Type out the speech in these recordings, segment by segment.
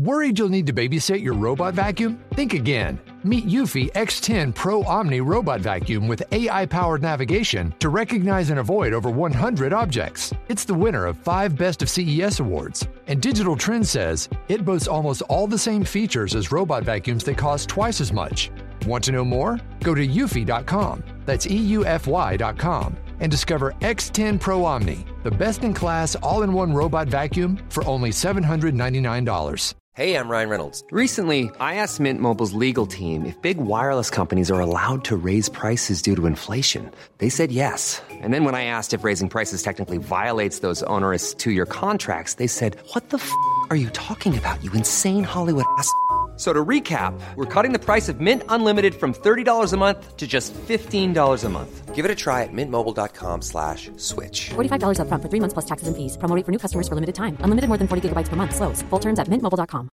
Worried you'll need to babysit your robot vacuum? Think again. Meet Eufy X10 Pro Omni Robot Vacuum with AI-powered navigation to recognize and avoid over 100 objects. It's the winner of 5 Best of CES awards. And Digital Trends says it boasts almost all the same features as robot vacuums that cost twice as much. Want to know more? Go to eufy.com. That's EUFY.com. And discover X10 Pro Omni, the best-in-class all-in-one robot vacuum for only $799. Hey, I'm Ryan Reynolds. Recently, I asked Mint Mobile's legal team if big wireless companies are allowed to raise prices due to inflation. They said yes. And then when I asked if raising prices technically violates those onerous two-year contracts, they said, "What the f*** are you talking about, you insane Hollywood ass?" So to recap, we're cutting the price of Mint Unlimited from $30 a month to just $15 a month. Give it a try at mintmobile.com/switch. $45 up front for 3 months plus taxes and fees. Promo rate for new customers for limited time. Unlimited more than 40 gigabytes per month. Slows full terms at mintmobile.com.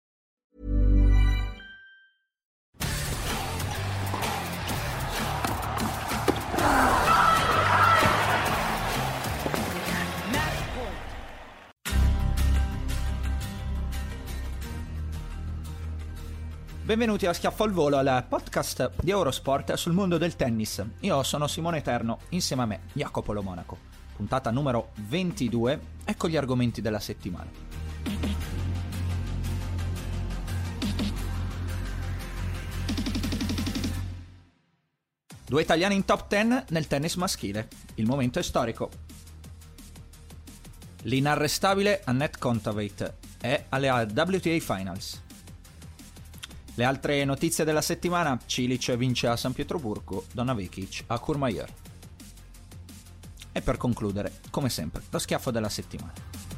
Benvenuti a Schiaffo al Volo, al podcast di Eurosport sul mondo del tennis. Io sono Simone Eterno, insieme a me Jacopo Lo Monaco. Puntata numero 22, ecco gli argomenti della settimana. Due italiani in top 10 nel tennis maschile. Il momento è storico. L'inarrestabile Anett Kontaveit è alle WTA Finals. Le altre notizie della settimana: Cilic vince a San Pietroburgo, Donna Vekic a Courmayeur. E per concludere, come sempre, lo schiaffo della settimana.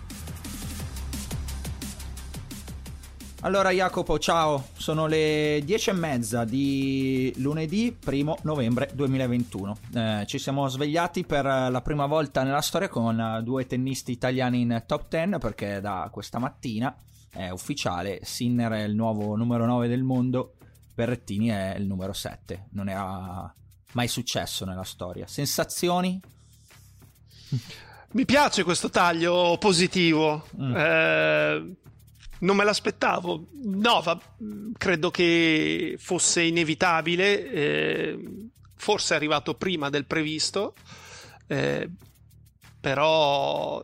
Allora Jacopo, ciao, sono le 10:30 di lunedì 1 novembre 2021. Ci siamo svegliati per la prima volta nella storia con due tennisti italiani in top 10, perché da questa mattina è ufficiale, Sinner è il nuovo numero 9 del mondo, Berrettini è il numero 7. Non era mai successo nella storia. Sensazioni? Mi piace questo taglio positivo. Non me l'aspettavo. No, credo che fosse inevitabile. Forse è arrivato prima del previsto. Però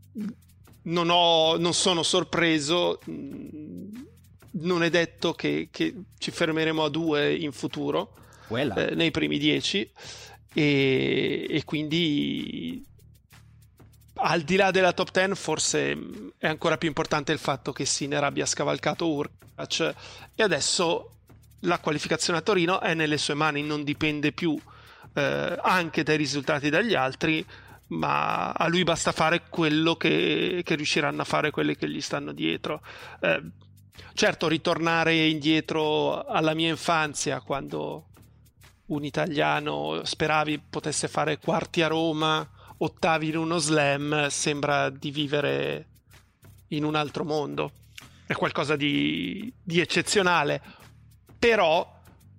non sono sorpreso. Non è detto che ci fermeremo a 2 in futuro, nei primi 10, e quindi al di là della top 10 forse è ancora più importante il fatto che Sinner abbia scavalcato Hurkacz, e adesso la qualificazione a Torino è nelle sue mani, non dipende più anche dai risultati degli altri, ma a lui basta fare quello che riusciranno a fare quelli che gli stanno dietro. Certo, ritornare indietro alla mia infanzia, quando un italiano speravi potesse fare quarti a Roma, ottavi in uno slam, sembra di vivere in un altro mondo. È qualcosa di eccezionale, però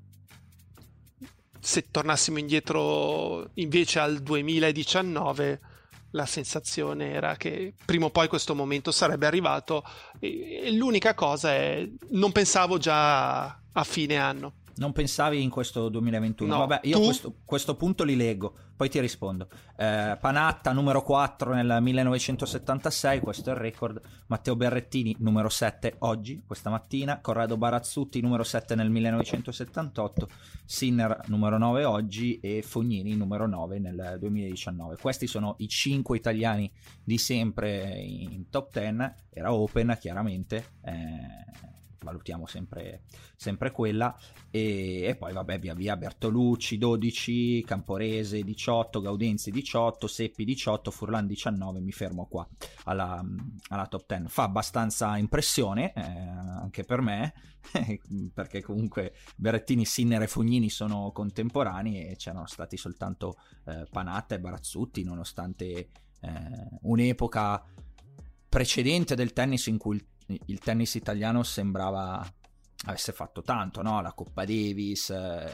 se tornassimo indietro invece al 2019, la sensazione era che prima o poi questo momento sarebbe arrivato, e l'unica cosa è, non pensavo già a fine anno. Non pensavi in questo 2021? No. Vabbè, io questo punto li leggo, poi ti rispondo. Panatta numero 4 nel 1976, questo è il record. Matteo Berrettini numero 7 oggi, questa mattina. Corrado Barazzutti numero 7 nel 1978. Sinner numero 9 oggi, e Fognini numero 9 nel 2019. Questi sono i 5 italiani di sempre in top 10. Era Open, chiaramente. Valutiamo sempre quella, e poi vabbè, via via Bertolucci 12, Camporese 18, Gaudenzi 18, Seppi 18, Furlan 19. Mi fermo qua alla top 10. Fa abbastanza impressione, anche per me, perché comunque Berrettini, Sinner e Fognini sono contemporanei, e c'erano stati soltanto Panatta e Barazzutti, nonostante un'epoca precedente del tennis in cui il tennis italiano sembrava avesse fatto tanto, no? La Coppa Davis,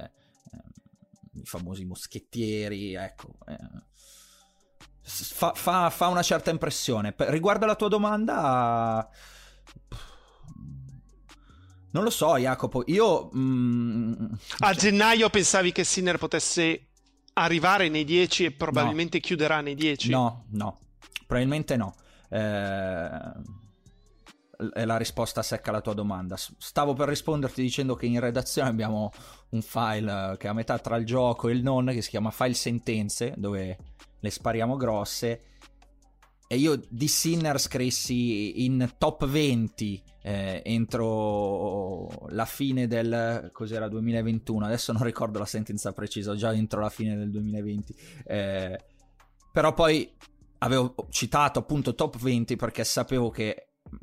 i famosi moschettieri, ecco. Fa una certa impressione. Riguardo alla tua domanda, Non lo so, Jacopo, io... A gennaio pensavi che Sinner potesse arrivare nei 10 e probabilmente chiuderà nei 10? No, probabilmente no. È la risposta secca alla tua domanda. Stavo per risponderti dicendo che in redazione abbiamo un file che è a metà tra il gioco e il non, che si chiama file sentenze, dove le spariamo grosse, e io di Sinner scrissi in top 20 entro la fine del... cos'era, 2021, adesso non ricordo la sentenza precisa, già entro la fine del 2020, però poi avevo citato appunto top 20 perché sapevo che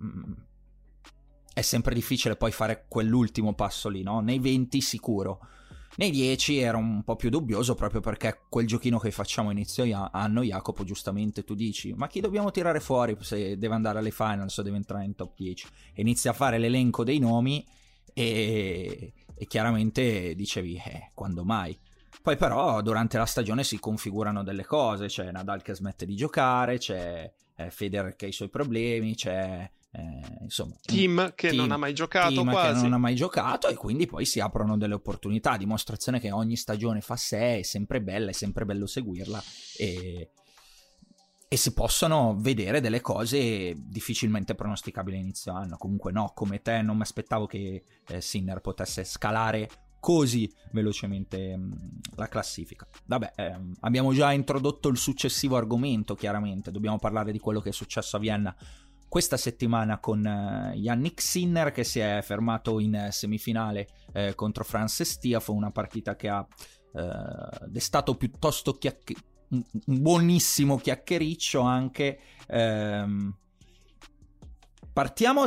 è sempre difficile poi fare quell'ultimo passo lì, no? Nei 20 sicuro, nei 10 ero un po' più dubbioso, proprio perché quel giochino che facciamo inizio anno, Jacopo, giustamente tu dici, ma chi dobbiamo tirare fuori se deve andare alle finals o deve entrare in top 10? E inizi a fare l'elenco dei nomi e chiaramente dicevi, quando mai? Poi però durante la stagione si configurano delle cose, c'è Nadal che smette di giocare, c'è Federer che ha i suoi problemi, c'è insomma Team che non ha mai giocato, quasi. Che non ha mai giocato, e quindi poi si aprono delle opportunità, dimostrazione che ogni stagione fa sé, è sempre bella, è sempre bello seguirla, e si possono vedere delle cose difficilmente pronosticabili inizio anno. Comunque no, come te non mi aspettavo che Sinner potesse scalare così velocemente la classifica. Vabbè, abbiamo già introdotto il successivo argomento, chiaramente dobbiamo parlare di quello che è successo a Vienna questa settimana con Jannik Sinner, che si è fermato in semifinale contro Frances Tiafoe, una partita che ha destato piuttosto un buonissimo chiacchiericcio anche. Partiamo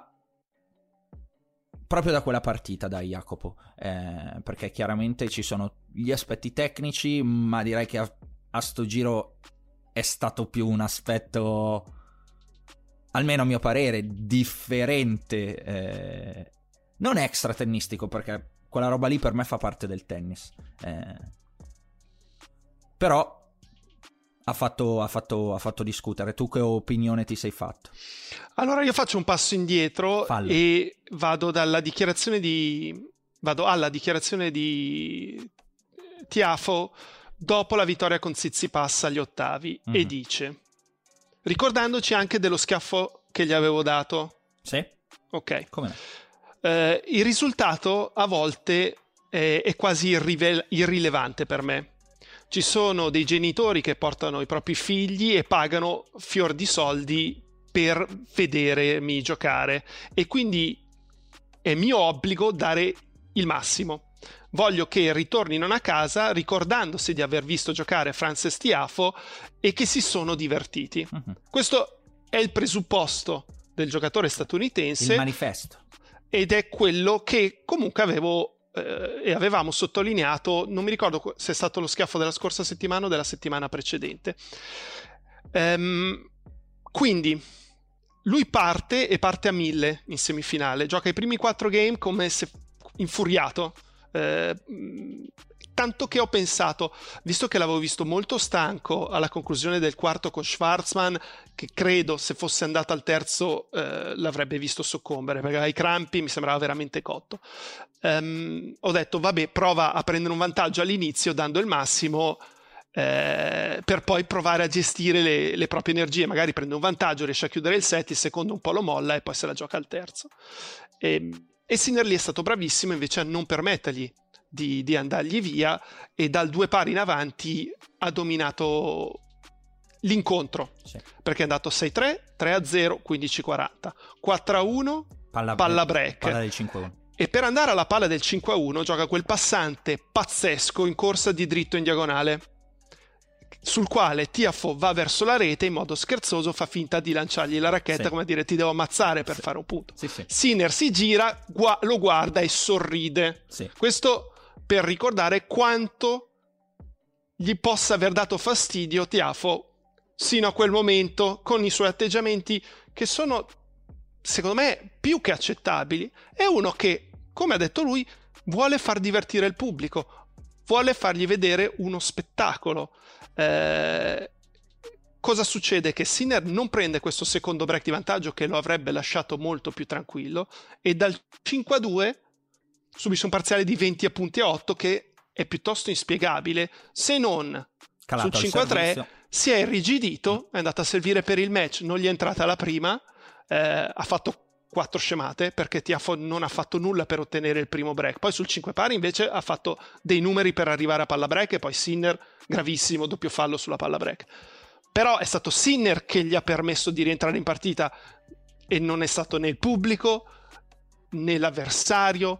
proprio da quella partita, dai, Jacopo, perché chiaramente ci sono gli aspetti tecnici, ma direi che a sto giro è stato più un aspetto, almeno a mio parere, differente, non extra tennistico, perché quella roba lì per me fa parte del tennis, però ha fatto discutere. Tu che opinione ti sei fatto? Allora io faccio un passo indietro. Fallo. E vado alla dichiarazione di Tiafoe dopo la vittoria con Tsitsipas agli ottavi, e dice, ricordandoci anche dello schiaffo che gli avevo dato. Sì. Ok. Come no? Il risultato a volte è quasi irrilevante per me. Ci sono dei genitori che portano i propri figli e pagano fior di soldi per vedermi giocare, e quindi è mio obbligo dare il massimo. Voglio che ritornino a casa ricordandosi di aver visto giocare Frances Tiafoe e che si sono divertiti. Questo è il presupposto del giocatore statunitense, il manifesto, ed è quello che comunque avevamo sottolineato. Non mi ricordo se è stato lo schiaffo della scorsa settimana o della settimana precedente. Quindi lui parte a 1000 in semifinale, gioca i primi 4 game come se infuriato, tanto che ho pensato, visto che l'avevo visto molto stanco alla conclusione del quarto con Schwartzman, che credo se fosse andato al terzo l'avrebbe visto soccombere, perché ai crampi mi sembrava veramente cotto. Ho detto vabbè, prova a prendere un vantaggio all'inizio dando il massimo, per poi provare a gestire le proprie energie. Magari prende un vantaggio, riesce a chiudere il set, il secondo un po' lo molla e poi se la gioca al terzo. E Sinner lì è stato bravissimo invece a non permettergli di andargli via, e dal 2 pari in avanti ha dominato l'incontro, sì, perché è andato 6-3, 3-0, 15-40, 4-1, palla break, palla del 5-1. E per andare alla palla del 5-1 gioca quel passante pazzesco in corsa di dritto in diagonale, sul quale Tiafoe va verso la rete, in modo scherzoso fa finta di lanciargli la racchetta, sì, come a dire ti devo ammazzare per fare un punto. Sì, sì. Sinner si gira, lo guarda e sorride. Sì. Questo per ricordare quanto gli possa aver dato fastidio Tiafoe sino a quel momento, con i suoi atteggiamenti che sono, secondo me, più che accettabili. È uno che, come ha detto lui, vuole far divertire il pubblico, vuole fargli vedere uno spettacolo. cosa succede? Che Sinner non prende questo secondo break di vantaggio che lo avrebbe lasciato molto più tranquillo, e dal 5-2 subisce un parziale di 20-8 che è piuttosto inspiegabile, se non calato sul 5-3 si è irrigidito, è andato a servire per il match, non gli è entrata la prima, ha fatto 4 scemate perché Tiafoe non ha fatto nulla per ottenere il primo break. Poi sul 5 pari invece ha fatto dei numeri per arrivare a palla break, e poi Sinner, gravissimo, doppio fallo sulla palla break. Però è stato Sinner che gli ha permesso di rientrare in partita, e non è stato né il pubblico né l'avversario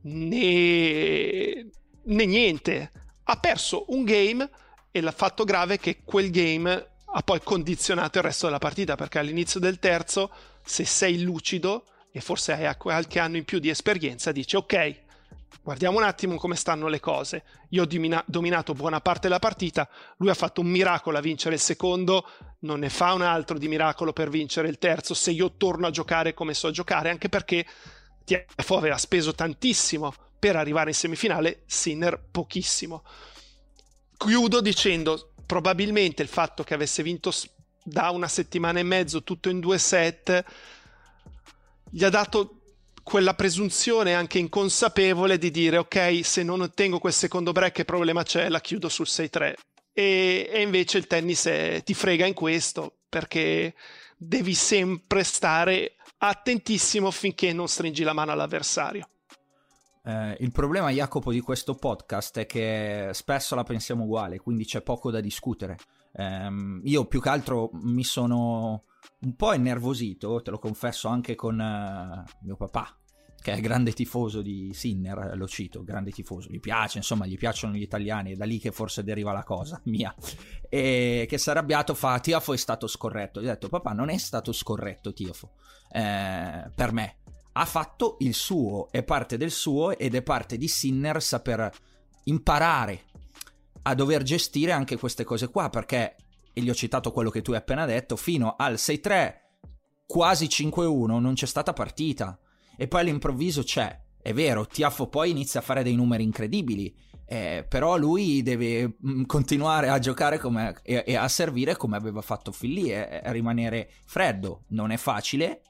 né niente. Ha perso un game, e il fatto grave è che quel game ha poi condizionato il resto della partita, perché all'inizio del terzo, se sei lucido e forse hai qualche anno in più di esperienza, dici ok, guardiamo un attimo come stanno le cose. Io ho dominato buona parte della partita, lui ha fatto un miracolo a vincere il secondo, non ne fa un altro di miracolo per vincere il terzo se io torno a giocare come so giocare, anche perché Tiafoe aveva speso tantissimo per arrivare in semifinale, Sinner pochissimo. Chiudo dicendo, probabilmente il fatto che avesse vinto da 1 settimana e mezzo tutto in 2 set gli ha dato quella presunzione anche inconsapevole di dire ok, se non ottengo quel secondo break che problema c'è, la chiudo sul 6-3, e invece il tennis ti frega in questo, perché devi sempre stare attentissimo finché non stringi la mano all'avversario. Il problema, Jacopo, di questo podcast è che spesso la pensiamo uguale, quindi c'è poco da discutere. Io più che altro mi sono un po' innervosito, te lo confesso, anche con mio papà, che è grande tifoso di Sinner, lo cito, grande tifoso, gli piace, insomma, gli piacciono gli italiani, è da lì che forse deriva la cosa mia, e che si è arrabbiato, fa Tiafoe è stato scorretto. Gli ho detto, papà, non è stato scorretto Tiafoe, per me ha fatto il suo, è parte del suo, ed è parte di Sinner saper imparare a dover gestire anche queste cose qua, perché, e gli ho citato quello che tu hai appena detto, fino al 6-3 quasi 5-1 non c'è stata partita, e poi all'improvviso c'è, è vero, Tiafoe poi inizia a fare dei numeri incredibili, però lui deve continuare a giocare e a servire come aveva fatto fin lì, e rimanere freddo. Non è facile,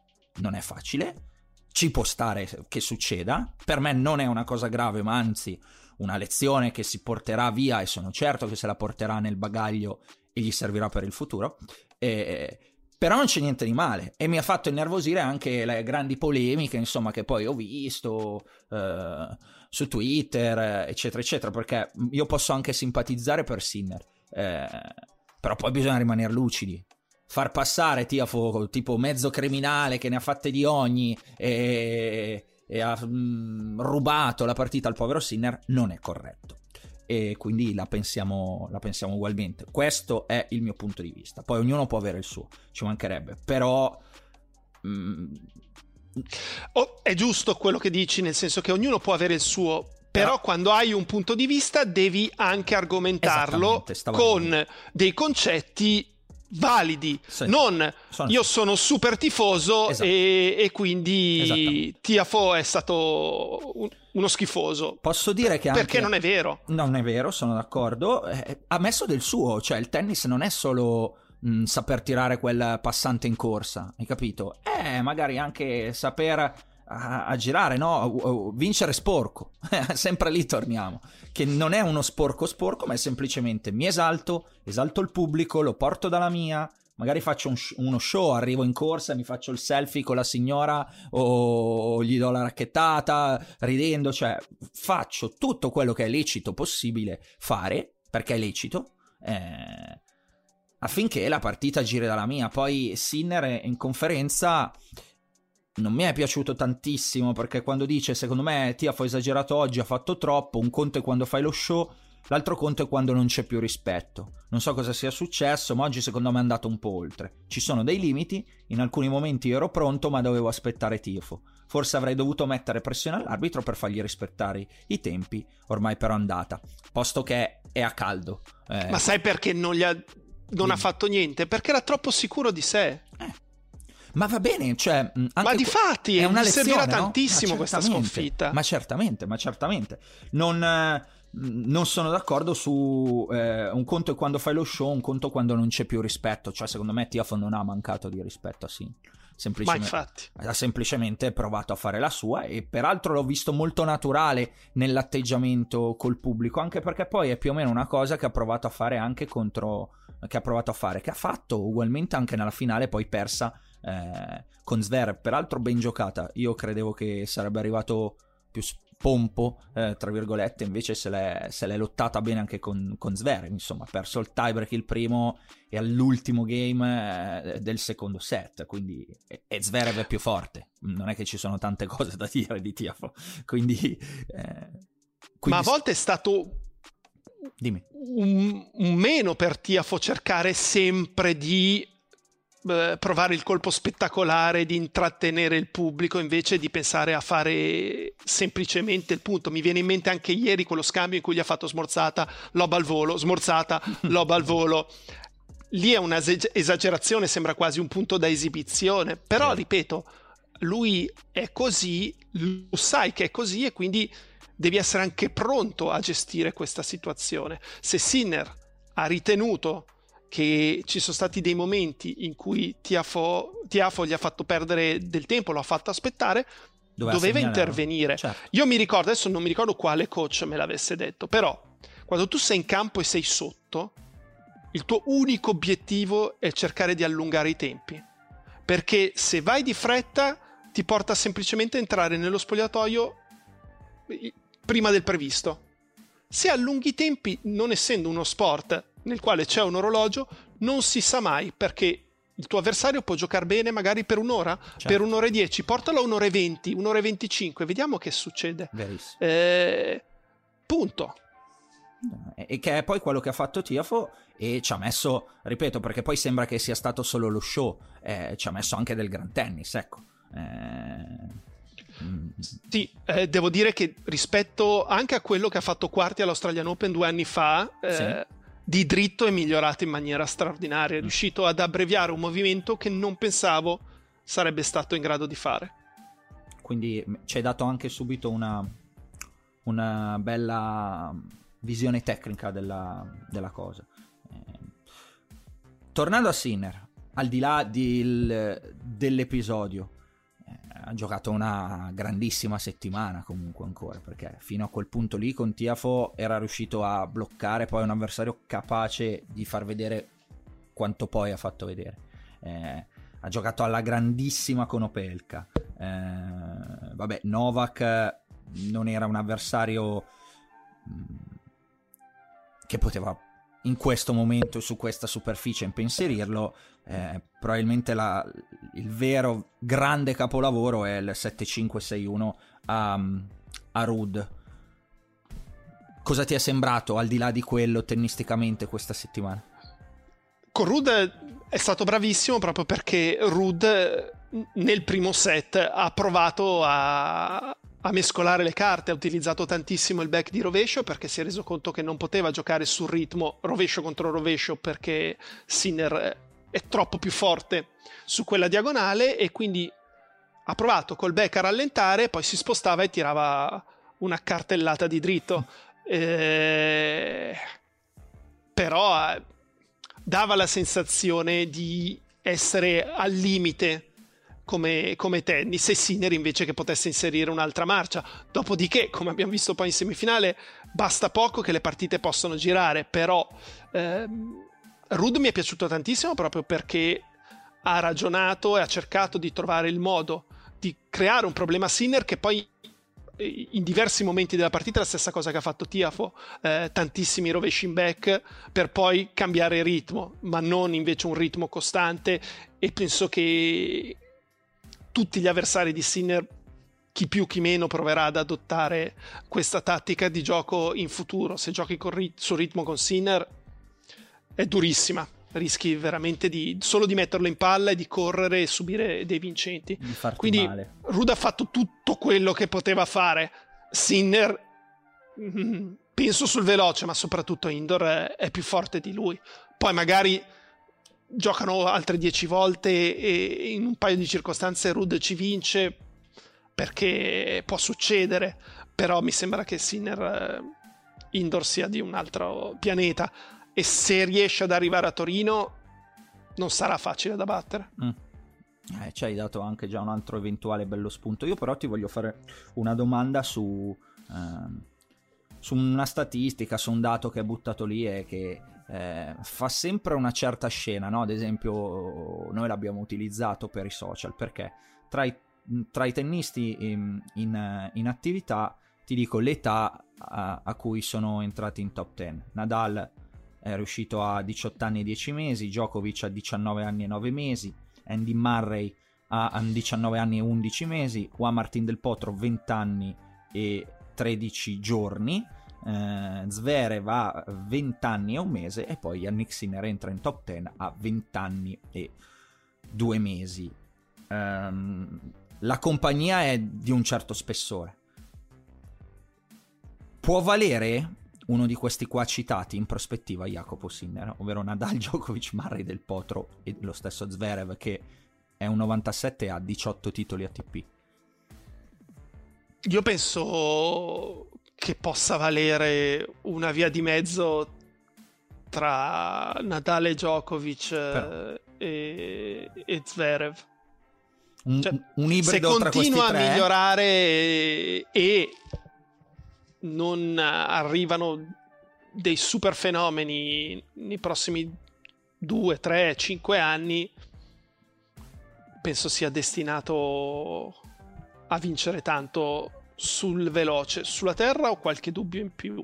ci può stare che succeda, per me non è una cosa grave, ma anzi una lezione che si porterà via, e sono certo che se la porterà nel bagaglio e gli servirà per il futuro, però non c'è niente di male, e mi ha fatto innervosire anche le grandi polemiche, insomma, che poi ho visto su Twitter, eccetera eccetera, perché io posso anche simpatizzare per Sinner, però poi bisogna rimanere lucidi. Far passare Tiafoe tipo mezzo criminale che ne ha fatte di ogni e ha rubato la partita al povero Sinner non è corretto, e quindi la pensiamo ugualmente. Questo è il mio punto di vista, poi ognuno può avere il suo, ci mancherebbe, però è giusto quello che dici, nel senso che ognuno può avere il suo, però quando hai un punto di vista devi anche argomentarlo con dei concetti validi, sì. Io sono super tifoso, esatto. e quindi Tiafoe è stato uno schifoso. Posso dire che anche, perché non è vero, sono d'accordo, ha messo del suo, cioè il tennis non è solo saper tirare quel passante in corsa, hai capito? Magari anche saper a girare, no? Vincere sporco, sempre lì torniamo, che non è uno sporco, ma è semplicemente mi esalto il pubblico, lo porto dalla mia, magari faccio uno show, arrivo in corsa, mi faccio il selfie con la signora o gli do la racchettata ridendo, cioè faccio tutto quello che è lecito possibile fare, perché è lecito, affinché la partita giri dalla mia. Poi Sinner in conferenza non mi è piaciuto tantissimo, perché quando dice secondo me Tiafoe ha esagerato oggi, ha fatto troppo, un conto è quando fai lo show, l'altro conto è quando non c'è più rispetto. Non so cosa sia successo, ma oggi secondo me è andato un po' oltre. Ci sono dei limiti, in alcuni momenti io ero pronto, ma dovevo aspettare Tiafoe. Forse avrei dovuto mettere pressione all'arbitro per fargli rispettare i tempi, ormai però andata, posto che è a caldo. Ma sai perché non ha fatto niente? Perché era troppo sicuro di sé. Ma va bene, cioè anche ma difatti è una lezione, servirà no? tantissimo questa sconfitta. Ma certamente. Non non sono d'accordo su un conto è quando fai lo show, un conto quando non c'è più rispetto. Cioè secondo me Tiafoe non ha mancato di rispetto a Sinner, ha semplicemente provato a fare la sua, e peraltro l'ho visto molto naturale nell'atteggiamento col pubblico, anche perché poi è più o meno una cosa che ha provato a fare anche che ha fatto ugualmente anche nella finale poi persa con Zverev, peraltro ben giocata. Io credevo che sarebbe arrivato più pompo tra virgolette, invece se l'è lottata bene anche con Zverev. Insomma, ha perso il tiebreak il primo e all'ultimo game del secondo set, quindi e Zverev è più forte, non è che ci sono tante cose da dire di Tiafoe, quindi ma a volte è stato un meno per Tiafoe cercare sempre di provare il colpo spettacolare, di intrattenere il pubblico, invece di pensare a fare semplicemente il punto. Mi viene in mente anche ieri quello scambio in cui gli ha fatto smorzata, lob al volo, smorzata, lob al volo. Lì è una esagerazione, sembra quasi un punto da esibizione, però ripeto, lui è così, lo sai che è così, e quindi devi essere anche pronto a gestire questa situazione. Se Sinner ha ritenuto che ci sono stati dei momenti in cui Tiafoe gli ha fatto perdere del tempo, lo ha fatto aspettare, doveva intervenire. Certo. Io mi ricordo, adesso non mi ricordo quale coach me l'avesse detto, però quando tu sei in campo e sei sotto, il tuo unico obiettivo è cercare di allungare i tempi, perché se vai di fretta ti porta semplicemente a entrare nello spogliatoio prima del previsto. Se allunghi i tempi, non essendo uno sport nel quale c'è un orologio, non si sa mai, perché il tuo avversario può giocare bene magari per un'ora, certo, per un'ora e 10, portalo a un'ora e 20, un'ora e 25, vediamo che succede. Punto. E che è poi quello che ha fatto Tiafoe, e ci ha messo, ripeto, perché poi sembra che sia stato solo lo show, ci ha messo anche del gran tennis, ecco. Sì, devo dire che rispetto anche a quello che ha fatto quarti all'Australian Open 2 anni fa, sì, di dritto è migliorato in maniera straordinaria, è riuscito ad abbreviare un movimento che non pensavo sarebbe stato in grado di fare. Quindi ci hai dato anche subito una bella visione tecnica della cosa. Tornando a Sinner, al di là dell'episodio, ha giocato una grandissima settimana comunque ancora, perché fino a quel punto lì con Tiafoe era riuscito a bloccare poi un avversario capace di far vedere quanto poi ha fatto vedere. Ha giocato alla grandissima con Opelka. Vabbè, Novak non era un avversario che poteva in questo momento su questa superficie impensierirlo. Probabilmente il vero grande capolavoro è il 7-5-6-1 a Ruud. Cosa ti è sembrato al di là di quello tennisticamente questa settimana? Con Ruud è stato bravissimo, proprio perché Ruud nel primo set ha provato a mescolare le carte, ha utilizzato tantissimo il back di rovescio, perché si è reso conto che non poteva giocare sul ritmo rovescio contro rovescio, perché Sinner è troppo più forte su quella diagonale, e quindi ha provato col back a rallentare, poi si spostava e tirava una cartellata di dritto, però dava la sensazione di essere al limite come tennis, e Sinner invece che potesse inserire un'altra marcia. Dopodiché, come abbiamo visto poi in semifinale, basta poco che le partite possano girare, però Ruud mi è piaciuto tantissimo proprio perché ha ragionato e ha cercato di trovare il modo di creare un problema a Sinner, che poi in diversi momenti della partita è la stessa cosa che ha fatto Tiafoe, tantissimi rovesci in back per poi cambiare ritmo, ma non invece un ritmo costante. E penso che tutti gli avversari di Sinner, chi più chi meno, proverà ad adottare questa tattica di gioco in futuro. Se giochi sul ritmo con Sinner è durissima, rischi veramente solo di metterlo in palla e di correre e subire dei vincenti. Quindi male. Ruud ha fatto tutto quello che poteva fare. Sinner, penso sul veloce, ma soprattutto indoor, è più forte di lui. Poi magari giocano altre 10 volte e in un paio di circostanze Ruud ci vince, perché può succedere, però mi sembra che Sinner indoor sia di un altro pianeta, e se riesce ad arrivare a Torino non sarà facile da battere. Ci hai dato anche già un altro eventuale bello spunto. Io però ti voglio fare una domanda su una statistica, su un dato che è buttato lì e che fa sempre una certa scena, no? Ad esempio noi l'abbiamo utilizzato per i social, perché tra i tennisti in attività ti dico l'età a cui sono entrati in top 10. Nadal è riuscito a 18 anni e 10 mesi, Djokovic a 19 anni e 9 mesi, Andy Murray a 19 anni e 11 mesi, Juan Martín del Potro 20 anni e 13 giorni, Zverev a 20 anni e un mese, e poi Jannik Sinner entra in top 10 a 20 anni e 2 mesi. La compagnia è di un certo spessore. Può valere uno di questi qua citati in prospettiva Jacopo Sinner, ovvero Nadal, Djokovic, Murray, del Potro e lo stesso Zverev, che è un 97 e ha 18 titoli ATP. Io penso che possa valere una via di mezzo tra Nadal e Djokovic e Zverev. Un ibrido tra questi tre. Se continua a migliorare e non arrivano dei super fenomeni nei prossimi 2, 3, 5 anni, penso sia destinato a vincere tanto sul veloce. Sulla terra ho qualche dubbio in più.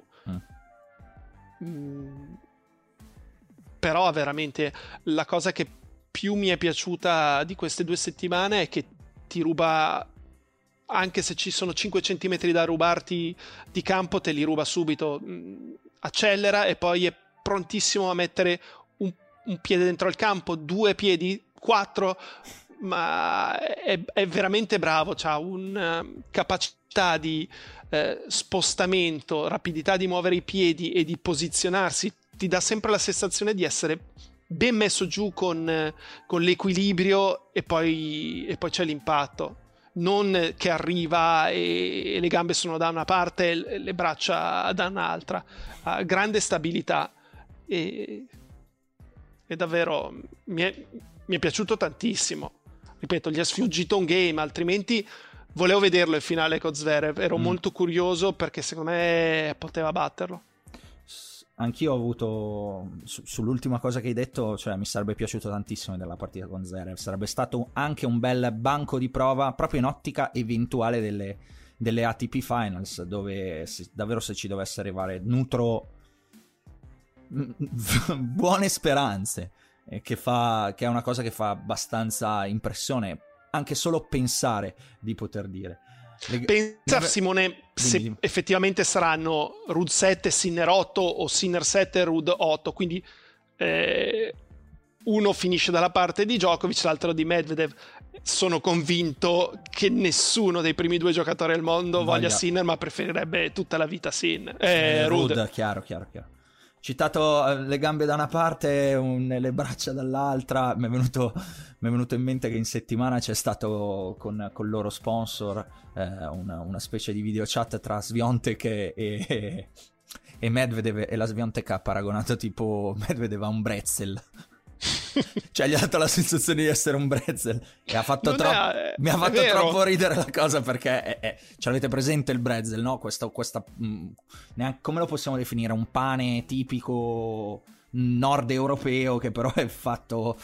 Però veramente la cosa che più mi è piaciuta di queste 2 settimane è che ti ruba, anche se ci sono 5 centimetri da rubarti di campo, te li ruba subito, accelera e poi è prontissimo a mettere un piede dentro il campo, 2 piedi, 4, ma è veramente bravo, c'ha una capacità di spostamento, rapidità di muovere i piedi e di posizionarsi, ti dà sempre la sensazione di essere ben messo giù con l'equilibrio, e poi c'è l'impatto, non che arriva e le gambe sono da una parte e le braccia da un'altra. Ha grande stabilità e davvero mi è piaciuto tantissimo. Ripeto, gli ha sfuggito un game, altrimenti volevo vederlo il finale con Zverev, ero molto curioso perché secondo me poteva batterlo. Anch'io ho avuto, sull'ultima cosa che hai detto, cioè mi sarebbe piaciuto tantissimo della partita con Zverev, sarebbe stato anche un bel banco di prova proprio in ottica eventuale delle ATP Finals, dove davvero, se ci dovesse arrivare, nutro buone speranze, che è una cosa che fa abbastanza impressione anche solo pensare di poter dire. Pensa, Simone, se effettivamente saranno Ruud 7 Sinner 8 o Sinner 7 Ruud 8, quindi uno finisce dalla parte di Djokovic, l'altro di Medvedev. Sono convinto che nessuno dei primi 2 giocatori al mondo voglia Sinner, ma preferirebbe tutta la vita Ruud. Chiaro. Citato le gambe da una parte, le braccia dall'altra, mi è venuto in mente che in settimana c'è stato con il loro sponsor una specie di video chat tra Swiatek e Medvedev, e la Swiatek ha paragonato tipo Medvedev a un pretzel. Cioè gli ha dato la sensazione di essere un pretzel e mi ha fatto troppo ridere la cosa, perché ce l'avete presente il pretzel, no? Questa neanche, come lo possiamo definire, un pane tipico nord europeo che però è fatto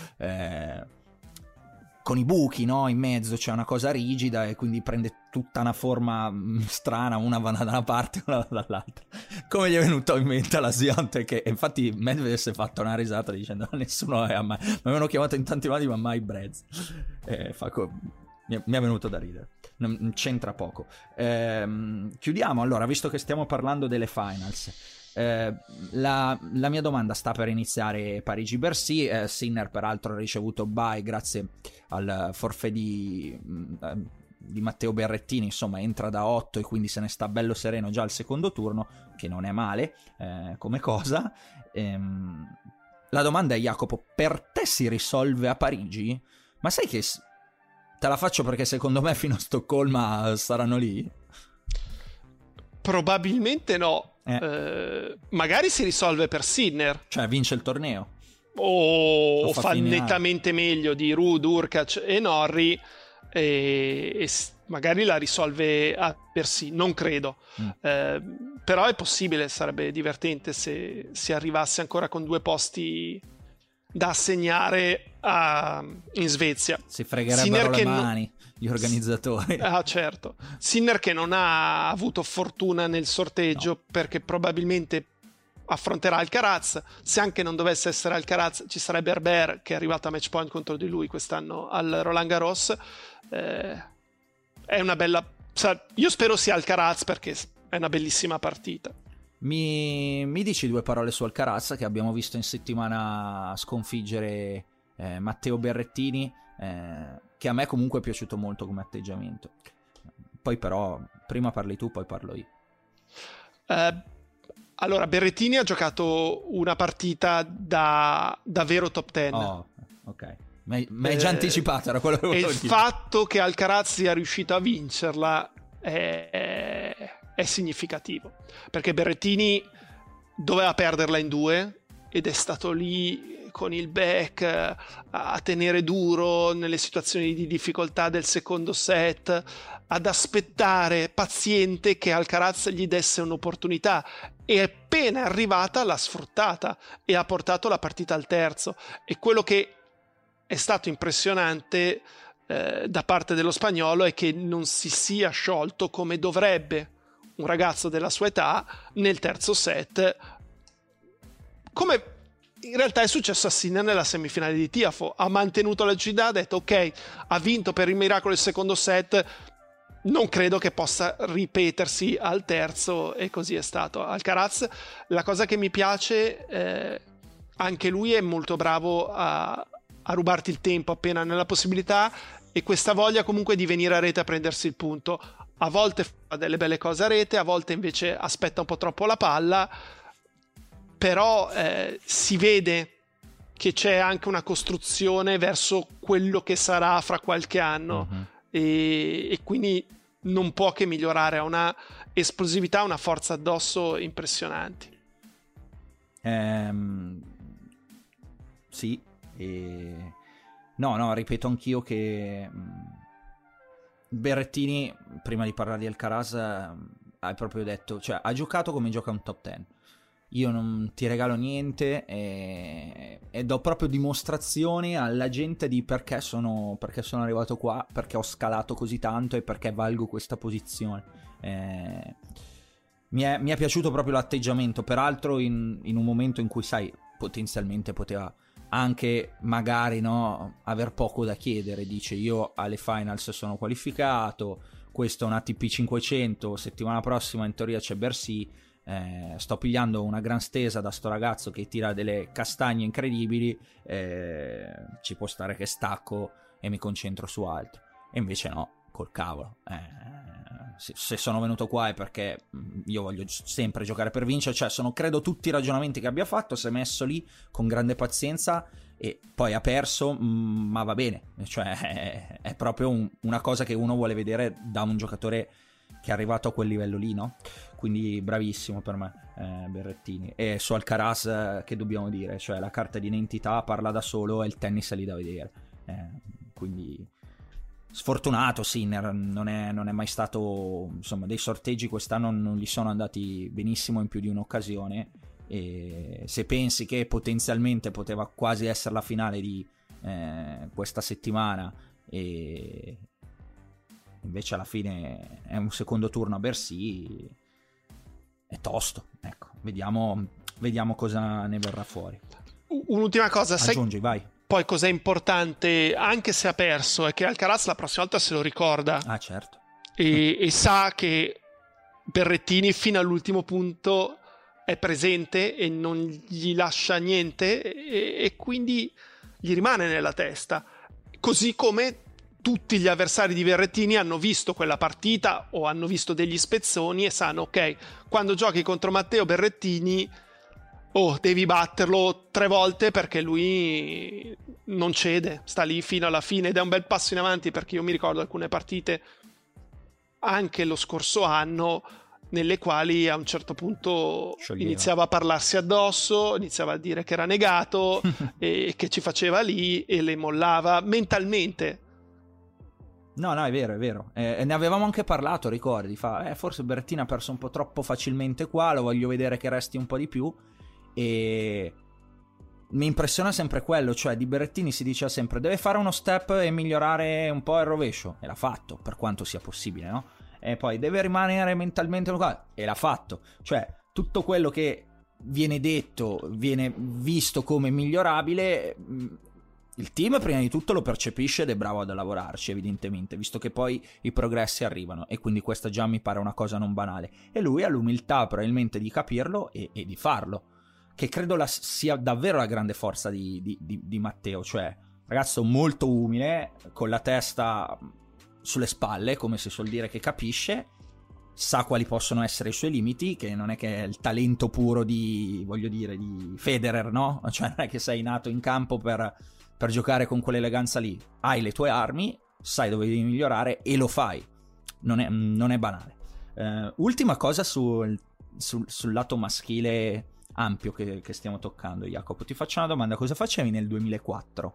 con i buchi, no? In mezzo c'è una cosa rigida e quindi prende tutta una forma strana, una va da una parte e una dall'altra. Come gli è venuto in mente alla Swiatek, e infatti Medvedev si è fatto una risata dicendo nessuno è mai, mi avevano chiamato in tanti modi ma mai Brez. Mi è venuto da ridere, non c'entra poco. Chiudiamo allora, visto che stiamo parlando delle finals. La mia domanda sta per iniziare Parigi-Bercy. Sinner peraltro ha ricevuto bye grazie al forfait di Matteo Berrettini, insomma entra da 8 e quindi se ne sta bello sereno già al secondo turno, che non è male come cosa. La domanda è, Jacopo, per te si risolve a Parigi? Ma sai che te la faccio perché secondo me fino a Stoccolma saranno lì? Probabilmente no. magari si risolve per Sinner, cioè vince il torneo o fa nettamente meglio di Ruud, Hurkacz e Norrie e magari la risolve per sì, non credo. Però è possibile, sarebbe divertente se si arrivasse ancora con 2 posti da assegnare in Svezia. Si fregherebbero le mani gli organizzatori. Certo. Sinner che non ha avuto fortuna nel sorteggio, perché probabilmente affronterà Alcaraz. Se anche non dovesse essere Alcaraz, ci sarebbe Herbert, che è arrivato a match point contro di lui quest'anno al Roland Garros. È una bella... Io spero sia Alcaraz, perché è una bellissima partita. Mi dici 2 parole su Alcaraz, che abbiamo visto in settimana sconfiggere Matteo Berrettini, che a me comunque è piaciuto molto come atteggiamento. Poi però prima parli tu, poi parlo io. Allora, Berrettini ha giocato una partita da vero top 10. Oh, ok. Mi hai già anticipato, era quello che volevo dire. Il fatto che Alcaraz sia riuscito a vincerla è significativo, perché Berrettini doveva perderla in 2 ed è stato lì con il back a tenere duro nelle situazioni di difficoltà del secondo set, ad aspettare paziente che Alcaraz gli desse un'opportunità, e appena arrivata l'ha sfruttata e ha portato la partita al terzo. E quello che è stato impressionante da parte dello spagnolo è che non si sia sciolto come dovrebbe un ragazzo della sua età nel terzo set, come in realtà è successo a Sinner nella semifinale di Tiafo. Ha mantenuto la lucidità, ha detto ok, ha vinto per il miracolo il secondo set, non credo che possa ripetersi al terzo, e così è stato. Alcaraz, la cosa che mi piace, anche lui è molto bravo a rubarti il tempo appena nella possibilità, e questa voglia comunque di venire a rete a prendersi il punto. A volte fa delle belle cose a rete, a volte invece aspetta un po' troppo la palla, però si vede che c'è anche una costruzione verso quello che sarà fra qualche anno. Uh-huh. E quindi non può che migliorare, ha una esplosività, una forza addosso impressionanti. Sì, no, ripeto anch'io che Berrettini, prima di parlare di Alcaraz, hai proprio detto, cioè ha giocato come gioca un top 10. Io non ti regalo niente e do proprio dimostrazione alla gente di perché sono arrivato qua, perché ho scalato così tanto e perché valgo questa posizione. Mi è piaciuto proprio l'atteggiamento, peraltro in un momento in cui, sai, potenzialmente poteva anche magari aver poco da chiedere. Dice: io alle finals sono qualificato, questo è un ATP 500, settimana prossima in teoria c'è Bercy, sto pigliando una gran stesa da sto ragazzo che tira delle castagne incredibili, ci può stare che stacco e mi concentro su altro. E invece no, col cavolo, se sono venuto qua è perché io voglio sempre giocare per vincere, cioè sono credo tutti i ragionamenti che abbia fatto, si è messo lì con grande pazienza e poi ha perso, ma va bene, cioè è proprio una cosa che uno vuole vedere da un giocatore che è arrivato a quel livello lì, no? Quindi bravissimo per me Berrettini. E su Alcaraz che dobbiamo dire, cioè la carta di identità parla da solo e il tennis è lì da vedere, quindi sfortunato Sinner, non è mai stato, insomma, dei sorteggi quest'anno non gli sono andati benissimo in più di un'occasione, e se pensi che potenzialmente poteva quasi essere la finale di questa settimana e invece alla fine è un secondo turno a Bercy, è tosto, ecco, vediamo cosa ne verrà fuori. Un'ultima cosa, aggiungi, vai. Poi cos'è importante, anche se ha perso, è che Alcaraz la prossima volta se lo ricorda. Ah, certo. E sa che Berrettini fino all'ultimo punto è presente e non gli lascia niente, e quindi gli rimane nella testa. Così come tutti gli avversari di Berrettini hanno visto quella partita o hanno visto degli spezzoni e sanno, ok, quando giochi contro Matteo Berrettini devi batterlo 3 volte, perché lui non cede, sta lì fino alla fine, ed è un bel passo in avanti, perché io mi ricordo alcune partite anche lo scorso anno nelle quali a un certo punto scioglieva. Iniziava a parlarsi addosso, iniziava a dire che era negato e che ci faceva lì e le mollava mentalmente. No, è vero. Ne avevamo anche parlato, ricordi? Forse Berrettini ha perso un po' troppo facilmente qua, lo voglio vedere che resti un po' di più. E mi impressiona sempre quello, cioè di Berrettini si dice sempre deve fare uno step e migliorare un po' il rovescio, e l'ha fatto, per quanto sia possibile, no? E poi deve rimanere mentalmente locale, e l'ha fatto. Cioè tutto quello che viene detto, viene visto come migliorabile, il team prima di tutto lo percepisce ed è bravo ad lavorarci, evidentemente, visto che poi i progressi arrivano, e quindi questa già mi pare una cosa non banale, e lui ha l'umiltà probabilmente di capirlo e di farlo, che credo sia davvero la grande forza di Matteo. Cioè ragazzo molto umile, con la testa sulle spalle, come si suol dire, che capisce, sa quali possono essere i suoi limiti, che non è che è il talento puro di Federer, no? Cioè non è che sei nato in campo per giocare con quell'eleganza lì, hai le tue armi, sai dove devi migliorare e lo fai, non è banale. Ultima cosa sul lato maschile ampio che stiamo toccando, Jacopo, ti faccio una domanda: cosa facevi nel 2004?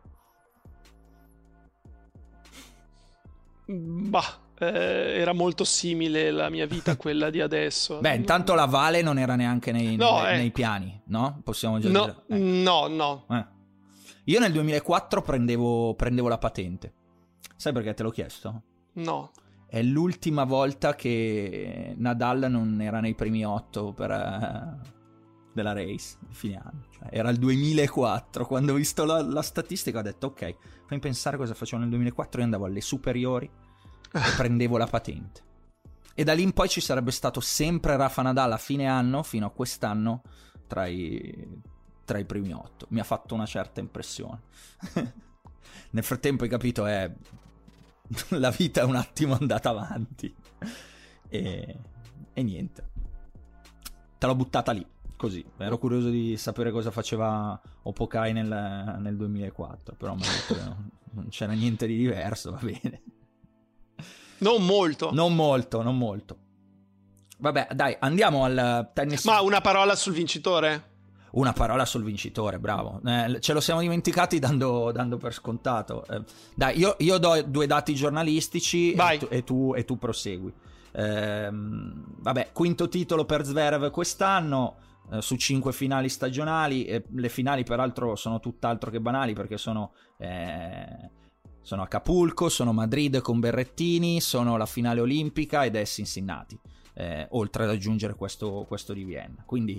Era molto simile la mia vita a quella di adesso. Beh, intanto la Vale non era neanche nei piani, no? Possiamo già dire. No. Io nel 2004 prendevo la patente. Sai perché te l'ho chiesto? No. È l'ultima volta che Nadal non era nei primi 8 della race di fine anno. Cioè, era il 2004, quando ho visto la statistica ho detto ok, fammi pensare cosa facevo nel 2004. Io andavo alle superiori e prendevo la patente, e da lì in poi ci sarebbe stato sempre Rafa Nadal a fine anno fino a quest'anno tra i primi 8. Mi ha fatto una certa impressione. Nel frattempo hai capito, la vita è un attimo andata avanti e niente, te l'ho buttata lì così. Ero curioso di sapere cosa faceva Opokai nel 2004, però mi ha detto che non c'era niente di diverso, va bene. Non molto. Vabbè, dai, andiamo al tennis. Ma una parola sul vincitore? Una parola sul vincitore, bravo. Ce lo siamo dimenticati dando per scontato. Dai, io do 2 dati giornalistici e tu prosegui. Vabbè, quinto titolo per Zverev quest'anno, su 5 finali stagionali. Le finali peraltro sono tutt'altro che banali, perché sono Acapulco, sono Madrid con Berrettini, sono la finale olimpica ed è Cincinnati, oltre ad aggiungere questo di Vienna. Quindi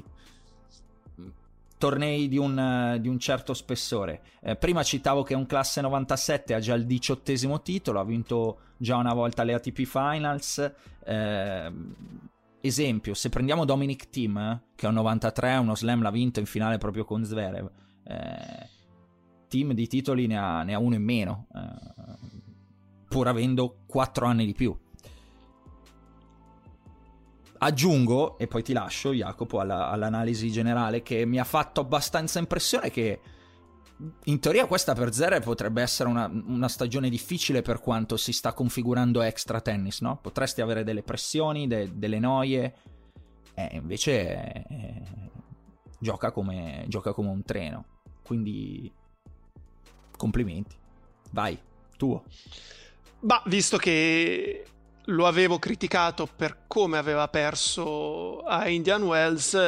tornei di un certo spessore. Prima citavo che è un classe 97, ha già il 18° titolo, ha vinto già una volta le ATP Finals. Esempio, se prendiamo Dominic Thiem, che è un 93, uno slam l'ha vinto in finale proprio con Zverev. Thiem di titoli ne ha uno in meno, pur avendo 4 anni di più. Aggiungo, e poi ti lascio, Jacopo, all'analisi generale, che mi ha fatto abbastanza impressione che in teoria questa per Zverev potrebbe essere una stagione difficile per quanto si sta configurando extra tennis, no? Potresti avere delle pressioni, delle noie, invece gioca come un treno. Quindi complimenti. Vai, tuo. Visto che lo avevo criticato per come aveva perso a Indian Wells,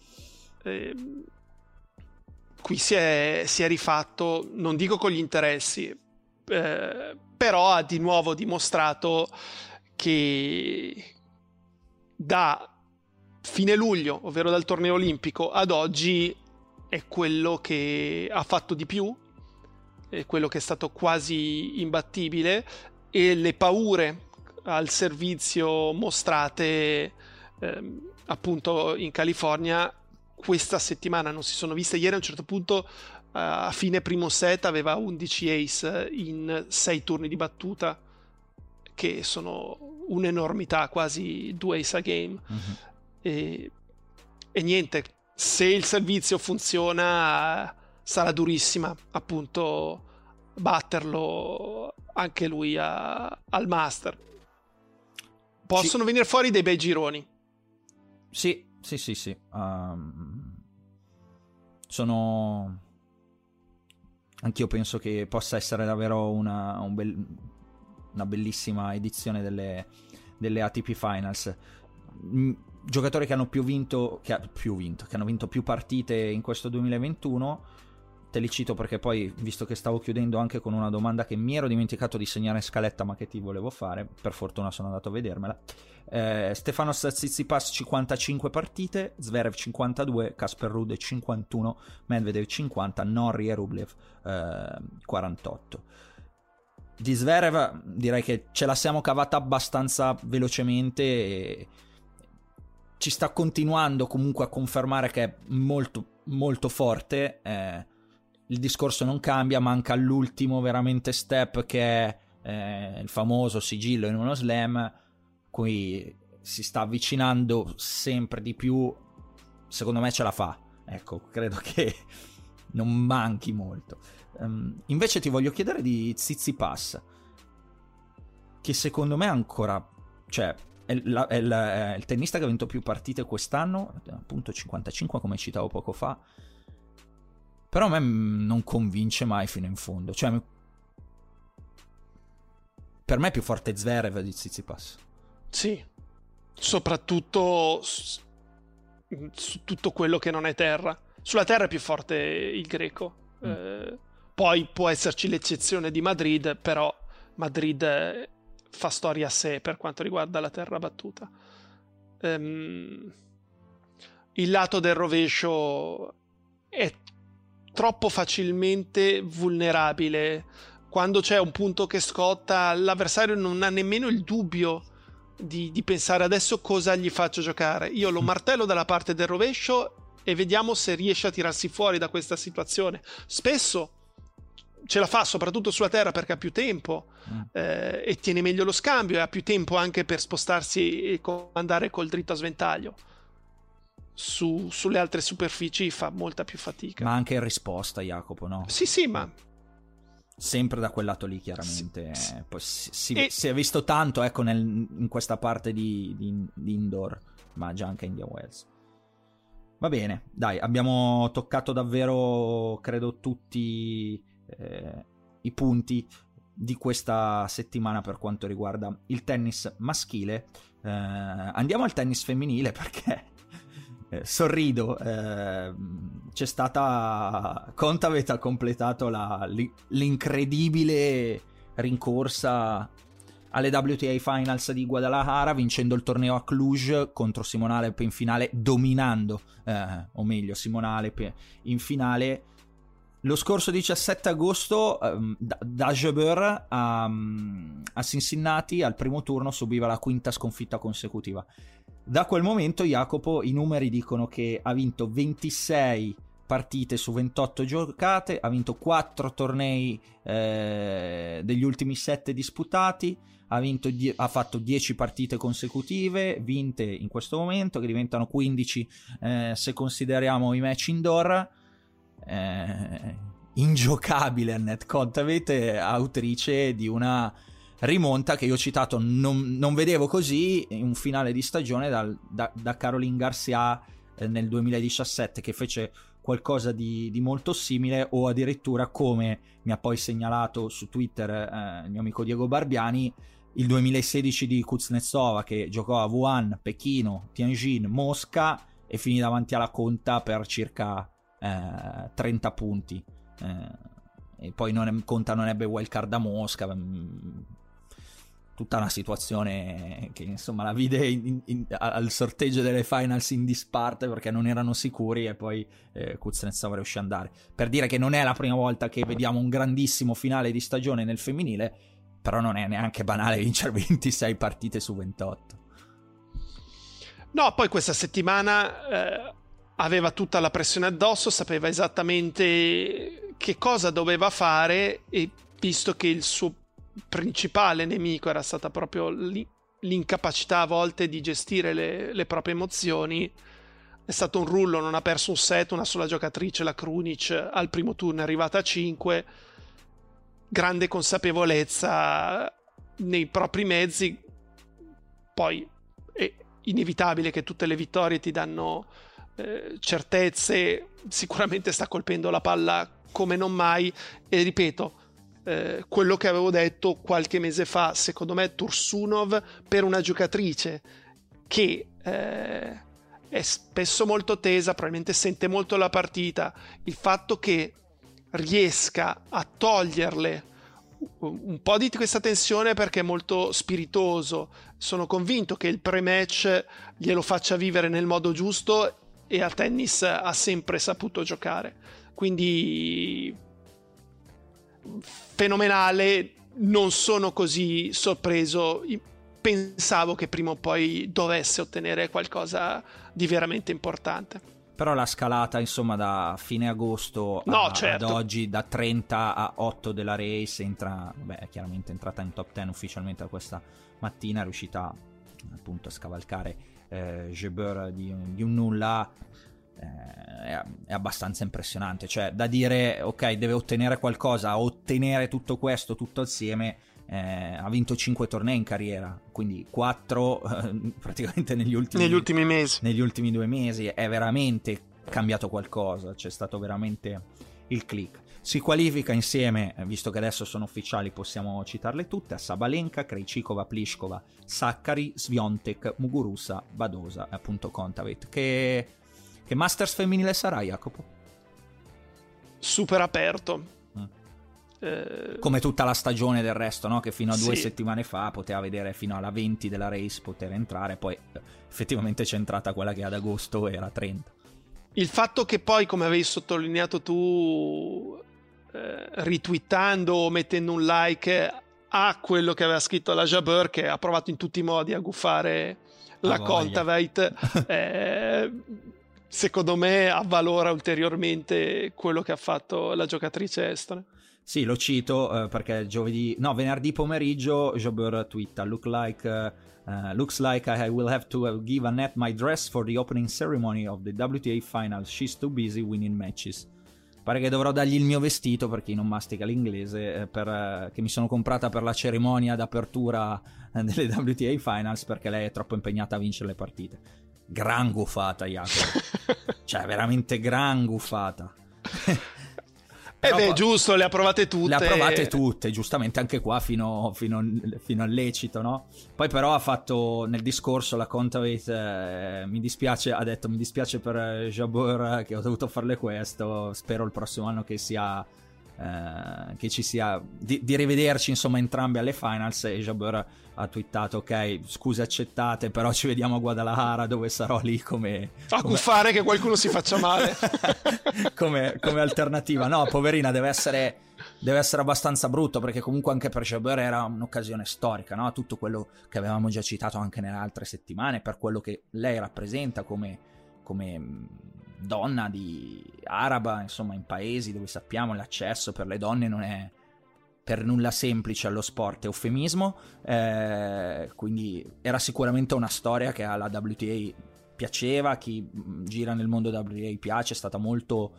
qui si è rifatto, non dico con gli interessi, però ha di nuovo dimostrato che da fine luglio, ovvero dal torneo olimpico, ad oggi è quello che ha fatto di più, è quello che è stato quasi imbattibile, e le paure al servizio mostrate appunto in California questa settimana non si sono viste. Ieri a un certo punto a fine primo set aveva 11 ace in 6 turni di battuta, che sono un'enormità, quasi 2 ace a game. E niente, se il servizio funziona sarà durissima appunto batterlo anche lui al Master. Possono venire fuori dei bei gironi. Sì. Sono... Anch'io penso che possa essere davvero una bellissima edizione delle ATP Finals. Giocatori che hanno che hanno vinto più partite in questo 2021. Te li cito perché poi, visto che stavo chiudendo anche con una domanda che mi ero dimenticato di segnare in scaletta ma che ti volevo fare, per fortuna sono andato a vedermela. Stefanos Tsitsipas 55 partite, Zverev 52, Casper Ruud 51, Medvedev 50, Norrie e Rublev 48. Di Zverev direi che ce la siamo cavata abbastanza velocemente e ci sta continuando comunque a confermare che è molto molto forte. Il discorso non cambia, manca l'ultimo veramente step che è il famoso sigillo in uno slam, cui si sta avvicinando sempre di più. Secondo me ce la fa, ecco, credo che non manchi molto. Invece ti voglio chiedere di Tsitsipas, che secondo me ancora, cioè è il tennista che ha vinto più partite quest'anno, appunto 55 come citavo poco fa, però a me non convince mai fino in fondo. Cioè, per me è più forte Zverev di Tsitsipas. Sì, soprattutto su tutto quello che non è terra. Sulla terra è più forte il greco. Poi può esserci l'eccezione di Madrid, però Madrid fa storia a sé per quanto riguarda la terra battuta. Il lato del rovescio è troppo facilmente vulnerabile. Quando c'è un punto che scotta, l'avversario non ha nemmeno il dubbio di pensare adesso cosa gli faccio giocare. Io lo martello dalla parte del rovescio e vediamo se riesce a tirarsi fuori da questa situazione. Spesso ce la fa, soprattutto sulla terra, perché ha più tempo e tiene meglio lo scambio e ha più tempo anche per spostarsi e andare col dritto a sventaglio. Sulle altre superfici fa molta più fatica. Ma anche in risposta, Jacopo, no? Sì, ma sempre da quel lato lì, chiaramente. Poi si è visto tanto, ecco, in questa parte di indoor, ma già anche Indian Wells. Va bene, dai, abbiamo toccato davvero, credo, tutti i punti di questa settimana per quanto riguarda il tennis maschile. Andiamo al tennis femminile, perché sorrido, c'è stata Kontaveit ha completato l'incredibile rincorsa alle WTA Finals di Guadalajara, vincendo il torneo a Cluj contro Simona Halep in finale, dominando o meglio Simona Halep in finale. Lo scorso 17 agosto da Jabeur a Cincinnati al primo turno subiva la quinta sconfitta consecutiva. Da quel momento, Jacopo, i numeri dicono che ha vinto 26 partite su 28 giocate, ha vinto 4 tornei degli ultimi 7 disputati, ha fatto 10 partite consecutive vinte in questo momento, che diventano 15 se consideriamo i match indoor. Ingiocabile Anett Kontaveit, autrice di una rimonta che io ho citato, non vedevo così in un finale di stagione da Caroline Garcia nel 2017, che fece qualcosa di molto simile, o addirittura, come mi ha poi segnalato su Twitter il mio amico Diego Barbiani, il 2016 di Kuznetsova, che giocò a Wuhan, Pechino, Tianjin, Mosca e finì davanti alla conta per circa 30 punti, e poi Conta non ebbe wildcard a Mosca. Tutta una situazione che insomma la vide al sorteggio delle finals in disparte, perché non erano sicuri, e poi Kuznetsova riuscì ad andare. Per dire che non è la prima volta che vediamo un grandissimo finale di stagione nel femminile, però non è neanche banale vincere 26 partite su 28. No, poi questa settimana aveva tutta la pressione addosso, sapeva esattamente che cosa doveva fare, e visto che il suo principale nemico era stata proprio l'incapacità a volte di gestire le proprie emozioni, è stato un rullo, non ha perso un set, una sola giocatrice, la Krunic, al primo turno è arrivata a 5, grande consapevolezza nei propri mezzi, poi inevitabile che tutte le vittorie ti danno certezze, sicuramente sta colpendo la palla come non mai, e ripeto, quello che avevo detto qualche mese fa, secondo me Tursunov, per una giocatrice che è spesso molto tesa, probabilmente sente molto la partita, il fatto che riesca a toglierle un po' di questa tensione, perché è molto spiritoso, sono convinto che il pre-match glielo faccia vivere nel modo giusto, e a tennis ha sempre saputo giocare, quindi fenomenale. Non sono così sorpreso, pensavo che prima o poi dovesse ottenere qualcosa di veramente importante. Però la scalata, insomma, da fine agosto certo, ad oggi, da 30 a 8 della race, è chiaramente entrata in top 10 ufficialmente da questa mattina, è riuscita appunto a scavalcare Jabeur di un nulla. È abbastanza impressionante, cioè da dire ok, deve ottenere qualcosa, a ottenere tutto questo tutto assieme. Ha vinto 5 tornei in carriera, quindi 4 praticamente negli ultimi mesi. Negli ultimi 2 mesi è veramente cambiato qualcosa, c'è stato veramente il click. Si qualifica insieme, visto che adesso sono ufficiali possiamo citarle tutte, a Sabalenka, Krejcikova, Pliskova, Sakkari, Swiatek, Muguruza, Badosa e appunto Kontaveit. Che Masters femminile sarà, Jacopo? Super aperto. Come tutta la stagione del resto, no? Che fino a 2 settimane fa poteva vedere fino alla 20 della race poter entrare, poi effettivamente c'è entrata quella che ad agosto era 30. Il fatto che poi, come avevi sottolineato tu, retweetando o mettendo un like a quello che aveva scritto la Jabeur, che ha provato in tutti i modi a guffare la Kontaveit, secondo me avvalora ulteriormente quello che ha fatto la giocatrice estone. Sì, lo cito perché venerdì pomeriggio Jabeur twitta looks like I will have to give Annette my dress for the opening ceremony of the WTA Finals. She's too busy winning matches. Pare che dovrò dargli il mio vestito, per chi non mastica l'inglese, che mi sono comprata per la cerimonia d'apertura delle WTA Finals, perché lei è troppo impegnata a vincere le partite. Gran guffata, Jacopo. Cioè, veramente gran guffata. Giusto, le ha provate tutte. Le ha provate tutte, giustamente anche qua fino al lecito, no? Poi però ha fatto nel discorso la Kontaveit, ha detto mi dispiace per Jabeur che ho dovuto farle questo, spero il prossimo anno che ci sia di rivederci insomma entrambe alle finals. E Jabeur ha twittato ok, scuse accettate, però ci vediamo a Guadalajara, dove sarò lì come guffare che qualcuno si faccia male come alternativa. No, poverina, deve essere abbastanza brutto, perché comunque anche per Jabeur era un'occasione storica, no? Tutto quello che avevamo già citato anche nelle altre settimane, per quello che lei rappresenta come donna di araba, insomma, in paesi dove sappiamo l'accesso per le donne non è per nulla semplice allo sport, è eufemismo, quindi era sicuramente una storia che alla WTA piaceva, a chi gira nel mondo WTA piace, è stata molto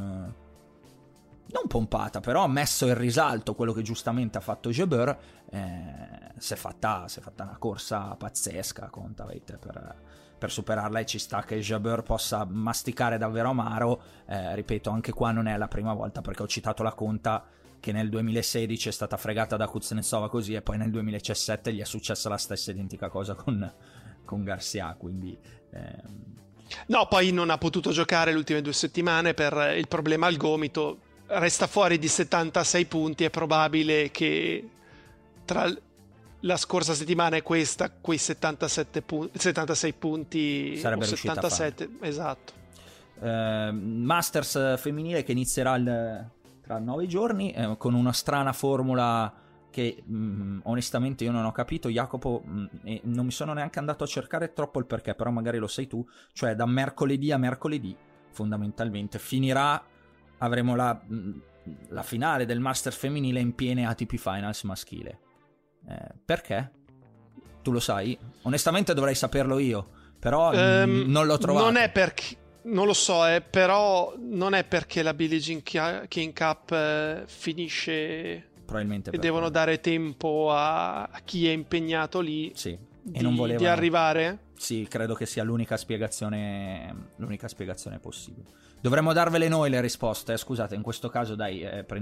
non pompata, però ha messo in risalto quello che giustamente ha fatto Jabeur. Si è fatta una corsa pazzesca Kontaveit per superarla, e ci sta che Jabeur possa masticare davvero amaro. Ripeto, anche qua non è la prima volta, perché ho citato la Konta che nel 2016 è stata fregata da Kuznetsova così, e poi nel 2017 gli è successa la stessa identica cosa con Garcia, quindi no, poi non ha potuto giocare le ultime 2 settimane per il problema al gomito, resta fuori di 76 punti. È probabile che tra la scorsa settimana e questa quei 76 punti sarebbe riuscita 77 a fare. Esatto. Masters femminile che inizierà tra 9 giorni, con una strana formula che onestamente io non ho capito, Jacopo, e non mi sono neanche andato a cercare troppo il perché, però magari lo sai tu. Cioè da mercoledì a mercoledì fondamentalmente avremo la finale del Masters femminile in piene ATP Finals maschile. Perché? Tu lo sai? Onestamente dovrei saperlo io, però non l'ho trovato. Non è perché, non lo so, però non è perché la Billie Jean King Cup finisce, probabilmente, e devono dare tempo a chi è impegnato lì, sì. di arrivare. Sì, credo che sia l'unica spiegazione possibile. Dovremmo darvele noi le risposte, scusate, in questo caso dai,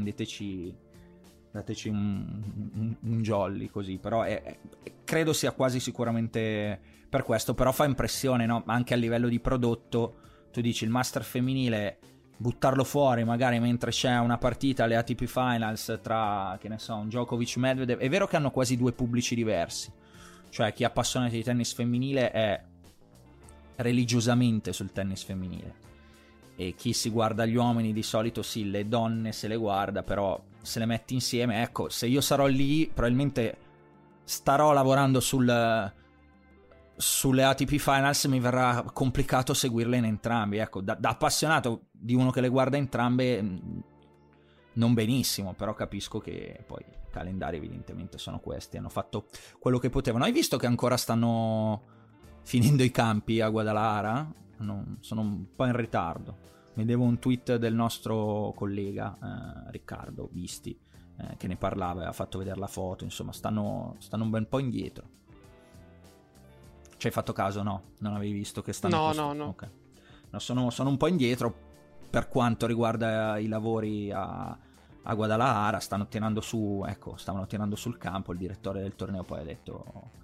dateci un jolly così, però credo sia quasi sicuramente per questo, però fa impressione, no? Anche a livello di prodotto, tu dici il Master femminile, buttarlo fuori magari mentre c'è una partita alle ATP Finals tra, che ne so, un Djokovic Medvedev, è vero che hanno quasi due pubblici diversi, cioè chi è appassionato di tennis femminile è religiosamente sul tennis femminile e chi si guarda gli uomini di solito sì, le donne se le guarda, però se le metti insieme, ecco, se io sarò lì probabilmente starò lavorando sulle ATP Finals, mi verrà complicato seguirle in entrambi, ecco, da appassionato di uno che le guarda entrambe non benissimo, però capisco che poi i calendari evidentemente sono questi, hanno fatto quello che potevano. Hai visto che ancora stanno finendo i campi a Guadalajara? Sono un po' in ritardo. Vedevo un tweet del nostro collega Riccardo Visti che ne parlava e ha fatto vedere la foto, insomma stanno un bel po' indietro. Ci hai fatto caso? No? Non avevi visto che stanno... No. Okay. No, sono un po' indietro per quanto riguarda i lavori a Guadalajara, stavano tirando sul campo, il direttore del torneo poi ha detto...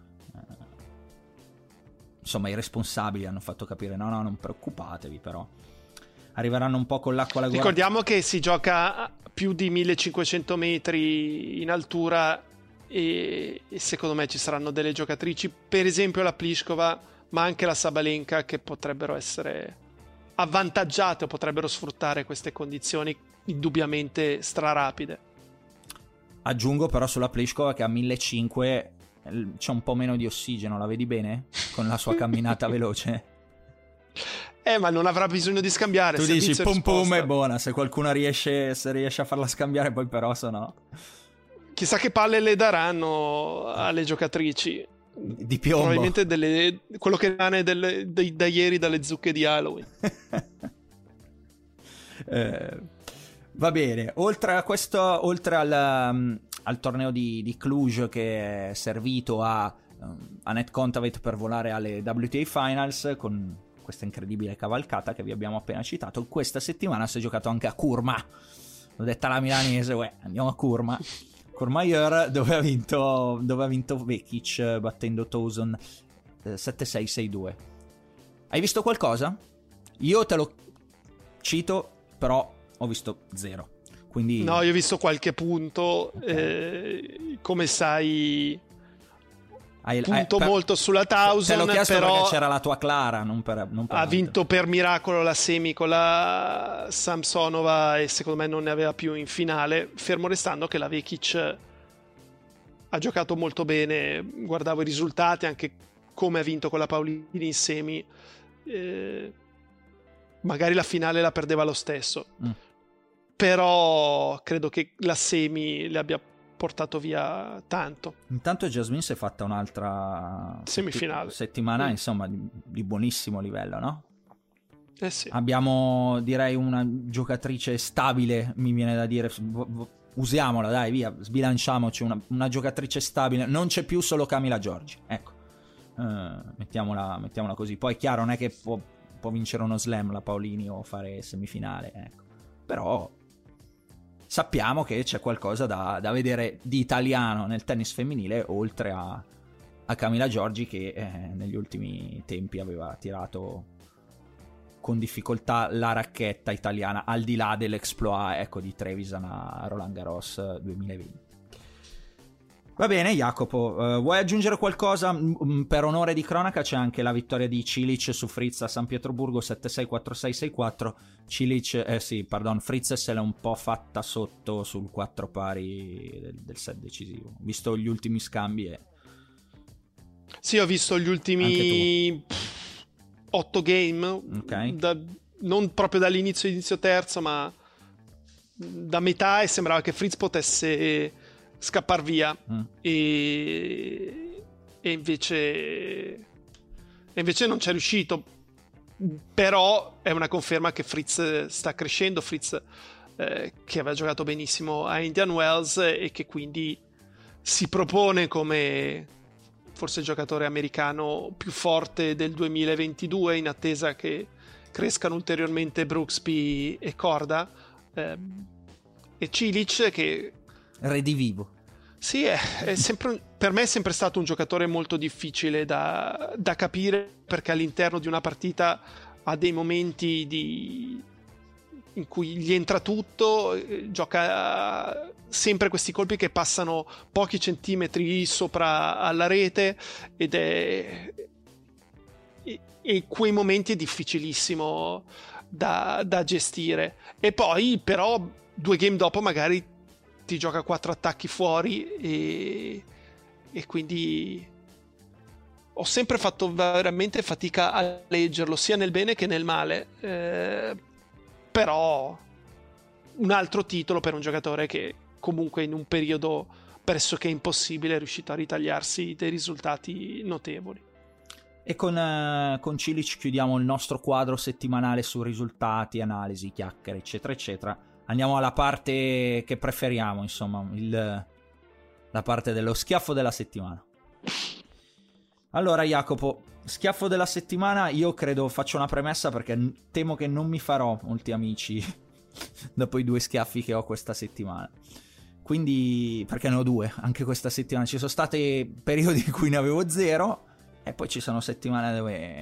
insomma i responsabili hanno fatto capire no, non preoccupatevi, però arriveranno un po' con l'acqua alla gola. Ricordiamo che si gioca a più di 1500 metri in altura e secondo me ci saranno delle giocatrici, per esempio la Pliskova, ma anche la Sabalenka, che potrebbero essere avvantaggiate o potrebbero sfruttare queste condizioni indubbiamente strarapide. Aggiungo però sulla Pliskova che a 1500 c'è un po' meno di ossigeno, la vedi bene? Con la sua camminata veloce. Ma non avrà bisogno di scambiare. Tu dici pum pum è buona, se qualcuno riesce a farla scambiare poi però se no... Chissà che palle le daranno alle giocatrici. Di piombo. Probabilmente quello che rimane da ieri dalle zucche di Halloween. Va bene, oltre al torneo di Cluj che è servito a Anett Kontaveit per volare alle WTA Finals con questa incredibile cavalcata che vi abbiamo appena citato, questa settimana si è giocato anche a Kurma, l'ho detta la milanese, andiamo a Kurma, Courmayeur, dove ha vinto Vekic battendo Towson 7-6-6-2. Hai visto qualcosa? Io te lo cito, però ho visto zero. Quindi... No, io ho visto qualche punto, okay. Come sai punto molto sulla Towson, te l'ho chiesto però perché c'era la tua Clara, non per ha vinto per miracolo la semi con la Samsonova e secondo me non ne aveva più in finale, fermo restando che la Vekic ha giocato molto bene, guardavo i risultati, anche come ha vinto con la Paolini in semi, magari la finale la perdeva lo stesso. Però credo che la semi le abbia portato via tanto. Intanto Jasmine si è fatta un'altra semifinale settimana insomma di buonissimo livello, no? Sì. Abbiamo, direi, una giocatrice stabile, mi viene da dire, usiamola, dai, via, sbilanciamoci, una giocatrice stabile, non c'è più solo Camila Giorgi, ecco, mettiamola così. Poi è chiaro, non è che può vincere uno slam la Paolini o fare semifinale, ecco, però sappiamo che c'è qualcosa da vedere di italiano nel tennis femminile, oltre a Camila Giorgi che negli ultimi tempi aveva tirato con difficoltà la racchetta italiana, al di là dell'exploit, ecco, di Trevisan a Roland Garros 2020. Va bene, Jacopo, vuoi aggiungere qualcosa? Per onore di cronaca c'è anche la vittoria di Cilic su Fritz a San Pietroburgo 7-6, 4-6, 6-4. Fritz se l'è un po' fatta sotto sul 4 pari del set decisivo. Visto gli ultimi scambi e... Sì, ho visto gli ultimi 8 game, okay. Non proprio dall'inizio terzo, ma da metà, e sembrava che Fritz potesse scappar via e invece non c'è riuscito, però è una conferma che Fritz sta crescendo. Fritz che aveva giocato benissimo a Indian Wells e che quindi si propone come forse il giocatore americano più forte del 2022, in attesa che crescano ulteriormente Brooksby e Korda, e Cilic che redivivo. Sì, è sempre, per me è sempre stato un giocatore molto difficile da capire, perché all'interno di una partita ha dei momenti in cui gli entra tutto, gioca sempre questi colpi che passano pochi centimetri sopra alla rete, e quei momenti è difficilissimo da gestire. E poi però 2 game dopo magari ti gioca 4 attacchi fuori, e quindi ho sempre fatto veramente fatica a leggerlo, sia nel bene che nel male, però un altro titolo per un giocatore che comunque in un periodo pressoché impossibile è riuscito a ritagliarsi dei risultati notevoli. E con Cilic chiudiamo il nostro quadro settimanale su risultati, analisi, chiacchiere, eccetera eccetera. Andiamo alla parte che preferiamo, insomma, la parte dello schiaffo della settimana. Allora, Jacopo, schiaffo della settimana, io credo, faccio una premessa perché temo che non mi farò molti amici dopo i 2 schiaffi che ho questa settimana. Quindi, perché ne ho 2 anche questa settimana. Ci sono stati periodi in cui ne avevo 0, e poi ci sono settimane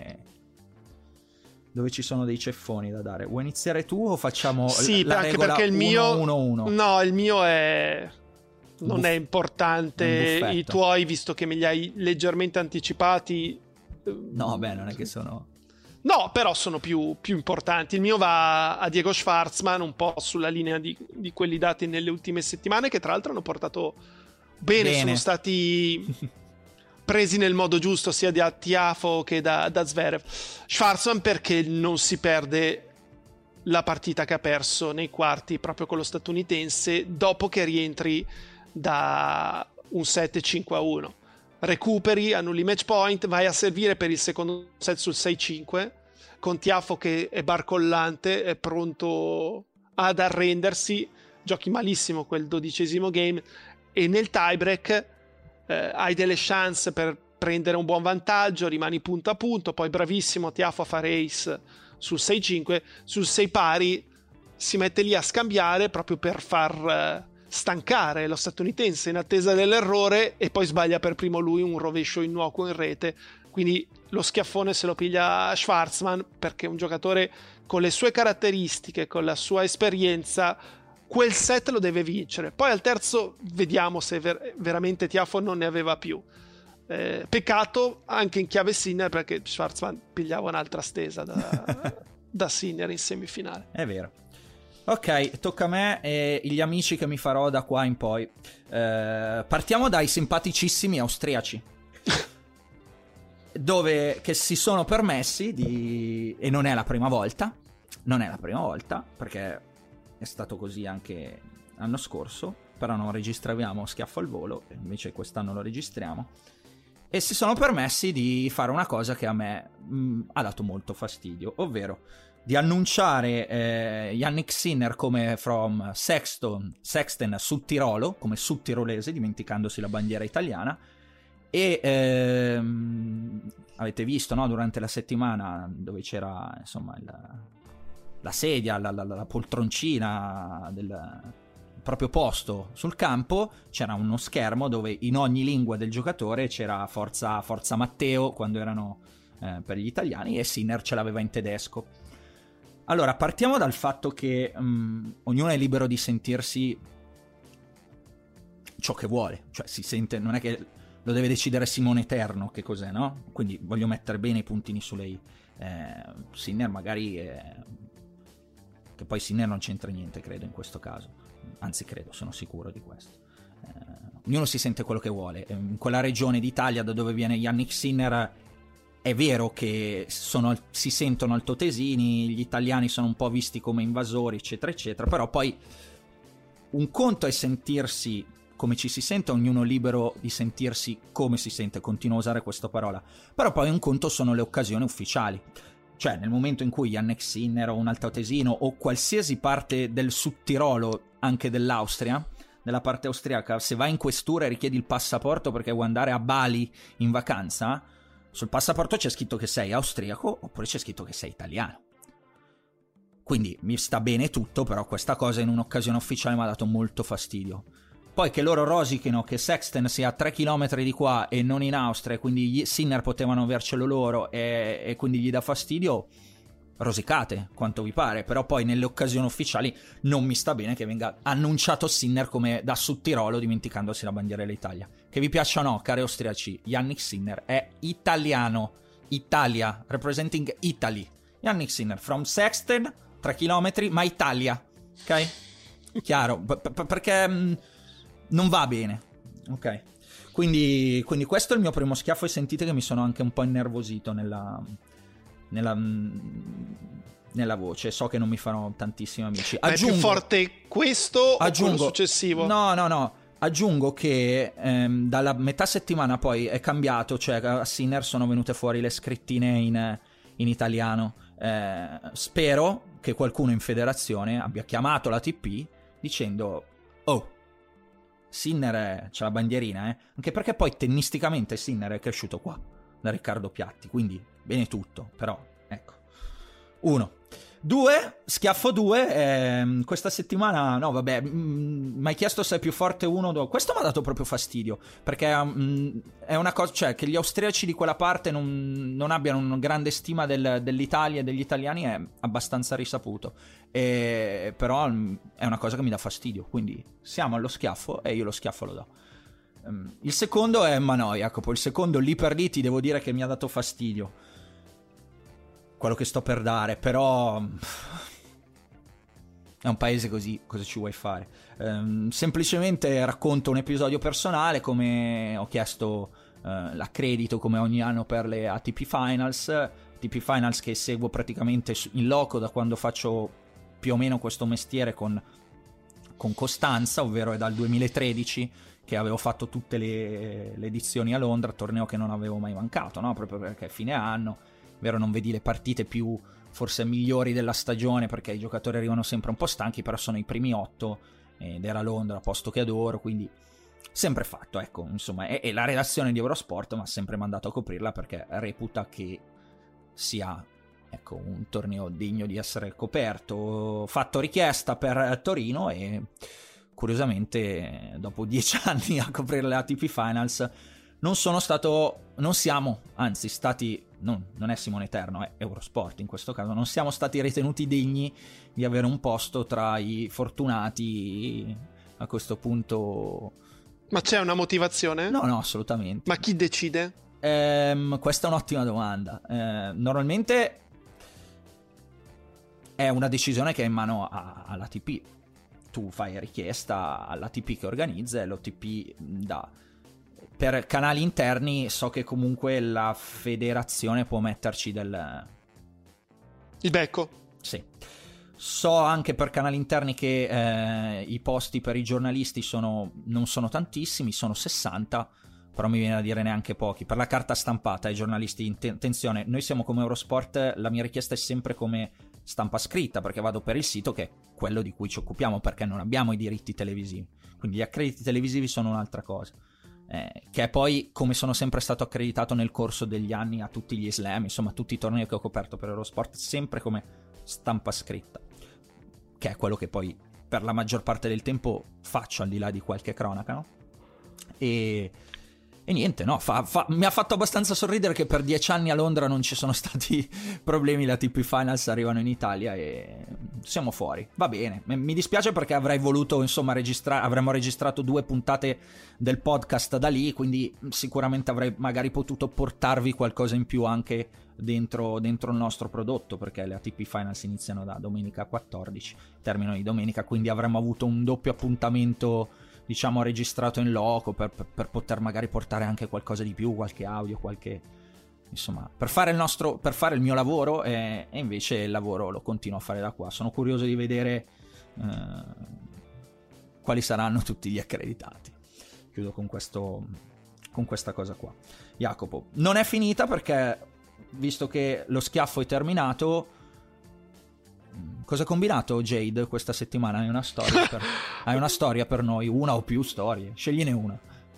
dove ci sono dei ceffoni da dare. Vuoi iniziare tu o facciamo la anche regola perché il mio 1-1-1? No, il mio non è importante. I tuoi, visto che me li hai leggermente anticipati. No, beh, non è che sono... No, però sono più importanti. Il mio va a Diego Schwartzman, un po' sulla linea di quelli dati nelle ultime settimane, che tra l'altro hanno portato bene. Sono stati presi nel modo giusto sia da Tiafoe che da Zverev. Schwartzman perché non si perde la partita che ha perso nei quarti proprio con lo statunitense, dopo che rientri da un 7-5-1. Recuperi, annulli match point, vai a servire per il secondo set sul 6-5 con Tiafoe che è barcollante, è pronto ad arrendersi, giochi malissimo quel 12° game, e nel tiebreak hai delle chance per prendere un buon vantaggio, rimani punto a punto, poi bravissimo Tiafoe a fare ace sul 6-5, sul 6 pari si mette lì a scambiare proprio per far stancare lo statunitense in attesa dell'errore, e poi sbaglia per primo lui un rovescio innocuo in rete. Quindi lo schiaffone se lo piglia Schwartzman, perché un giocatore con le sue caratteristiche, con la sua esperienza, quel set lo deve vincere. Poi al terzo vediamo se veramente Tiafoe non ne aveva più. Peccato anche in chiave Sinner, perché Schwartzman pigliava un'altra stesa da Sinner in semifinale. È vero. Ok, tocca a me e gli amici che mi farò da qua in poi. Partiamo dai simpaticissimi austriaci, che si sono permessi e non è la prima volta, perché è stato così anche l'anno scorso, però non registriamo schiaffo al volo, invece quest'anno lo registriamo, e si sono permessi di fare una cosa che a me ha dato molto fastidio, ovvero di annunciare Jannik Sinner come from Sexten Sudtirolo, come sudtirolese, dimenticandosi la bandiera italiana. E avete visto, no, durante la settimana, dove c'era insomma la sedia, la poltroncina del proprio posto sul campo, c'era uno schermo dove in ogni lingua del giocatore c'era Forza Matteo quando erano per gli italiani, e Sinner ce l'aveva in tedesco. Allora, partiamo dal fatto che ognuno è libero di sentirsi ciò che vuole, cioè si sente, non è che lo deve decidere Simone Eterno che cos'è, no? Quindi voglio mettere bene i puntini su lei. Sinner magari che poi Sinner non c'entra niente, credo, in questo caso, anzi credo, sono sicuro di questo. Ognuno si sente quello che vuole. In quella regione d'Italia da dove viene Jannik Sinner è vero che si sentono altoatesini, gli italiani sono un po' visti come invasori, eccetera eccetera, però poi un conto è sentirsi come ci si sente, ognuno libero di sentirsi come si sente, continuo a usare questa parola, però poi un conto sono le occasioni ufficiali, cioè nel momento in cui Jannik Sinner o un altoatesino o qualsiasi parte del Sudtirolo, anche dell'Austria, nella parte austriaca, se vai in questura e richiedi il passaporto perché vuoi andare a Bali in vacanza, sul passaporto c'è scritto che sei austriaco oppure c'è scritto che sei italiano. Quindi mi sta bene tutto, però questa cosa in un'occasione ufficiale mi ha dato molto fastidio. Poi che loro rosichino che Sexton sia a 3 km di qua e non in Austria, e quindi gli Sinner potevano avercelo loro e quindi gli dà fastidio, rosicate quanto vi pare. Però poi nelle occasioni ufficiali non mi sta bene che venga annunciato Sinner come da Sud Tirolo dimenticandosi la bandiera dell'Italia. Che vi piaccia o no, cari austriaci, Yannick Sinner è italiano. Italia, representing Italy. Yannick Sinner from Sexton, 3 km, ma Italia, ok? Chiaro, perché non va bene, ok? Quindi questo è il mio primo schiaffo, e sentite che mi sono anche un po' innervosito nella voce. So che non mi farò tantissimi amici. È più forte questo o quello successivo? No. Aggiungo che dalla metà settimana poi è cambiato, cioè a Sinner sono venute fuori le scrittine in italiano. Spero che qualcuno in federazione abbia chiamato la TP dicendo: oh, Sinner c'ha la bandierina, anche perché poi tennisticamente Sinner è cresciuto qua da Riccardo Piatti, quindi bene tutto, però ecco. 1. 2, schiaffo 2, questa settimana, no vabbè, mi hai chiesto se è più forte uno, questo mi ha dato proprio fastidio, perché è una cosa, cioè che gli austriaci di quella parte non abbiano una grande stima dell'Italia e degli italiani è abbastanza risaputo, però è una cosa che mi dà fastidio, quindi siamo allo schiaffo e io lo schiaffo lo do. Il secondo è no, Jacopo, il secondo lì per lì ti devo dire che mi ha dato fastidio quello che sto per dare, però è un paese così, cosa ci vuoi fare? Semplicemente racconto un episodio personale, come ho chiesto l'accredito come ogni anno per le ATP Finals che seguo praticamente in loco da quando faccio più o meno questo mestiere con costanza, ovvero è dal 2013 che avevo fatto tutte le edizioni a Londra, torneo che non avevo mai mancato, no? Proprio perché è fine anno, vero, non vedi le partite più forse migliori della stagione perché i giocatori arrivano sempre un po' stanchi, però sono i primi 8 ed era Londra, posto che adoro, quindi sempre fatto, ecco, insomma, e la redazione di Eurosport mi ha sempre mandato a coprirla perché reputa che sia, ecco, un torneo degno di essere coperto. Ho fatto richiesta per Torino e curiosamente dopo 10 anni a coprire le ATP Finals non è Simone Eterno, è Eurosport in questo caso, non siamo stati ritenuti degni di avere un posto tra i fortunati a questo punto. Ma c'è una motivazione? No, assolutamente. Ma chi decide? Questa è un'ottima domanda. Normalmente è una decisione che è in mano all'ATP. Tu fai richiesta all'ATP che organizza e l'ATP dà. Per canali interni so che comunque la federazione può metterci il becco. Sì. So anche per canali interni che i posti per i giornalisti non sono tantissimi, sono 60, però mi viene da dire neanche pochi. Per la carta stampata ai giornalisti, attenzione, noi siamo come Eurosport, la mia richiesta è sempre come stampa scritta, perché vado per il sito che è quello di cui ci occupiamo, perché non abbiamo i diritti televisivi. Quindi gli accrediti televisivi sono un'altra cosa. Che è poi come sono sempre stato accreditato nel corso degli anni a tutti gli slam, insomma tutti i tornei che ho coperto per Eurosport, sempre come stampa scritta, che è quello che poi per la maggior parte del tempo faccio, al di là di qualche cronaca, no? E niente, no, mi ha fatto abbastanza sorridere che per 10 anni a Londra non ci sono stati problemi, la ATP Finals arrivano in Italia e siamo fuori, va bene. Mi dispiace perché avrei voluto, insomma, avremmo registrato 2 puntate del podcast da lì, quindi sicuramente avrei magari potuto portarvi qualcosa in più anche dentro il nostro prodotto, perché le ATP Finals iniziano da domenica 14, terminano di domenica, quindi avremmo avuto un doppio appuntamento, diciamo, registrato in loco per poter magari portare anche qualcosa di più, qualche audio, insomma, per fare il mio lavoro, e invece il lavoro lo continuo a fare da qua. Sono curioso di vedere quali saranno tutti gli accreditati. Chiudo con questa cosa qua. Jacopo, non è finita, perché visto che lo schiaffo è terminato, Cosa ha combinato Jade questa settimana? Hai una storia per noi, una o più storie, scegliene una.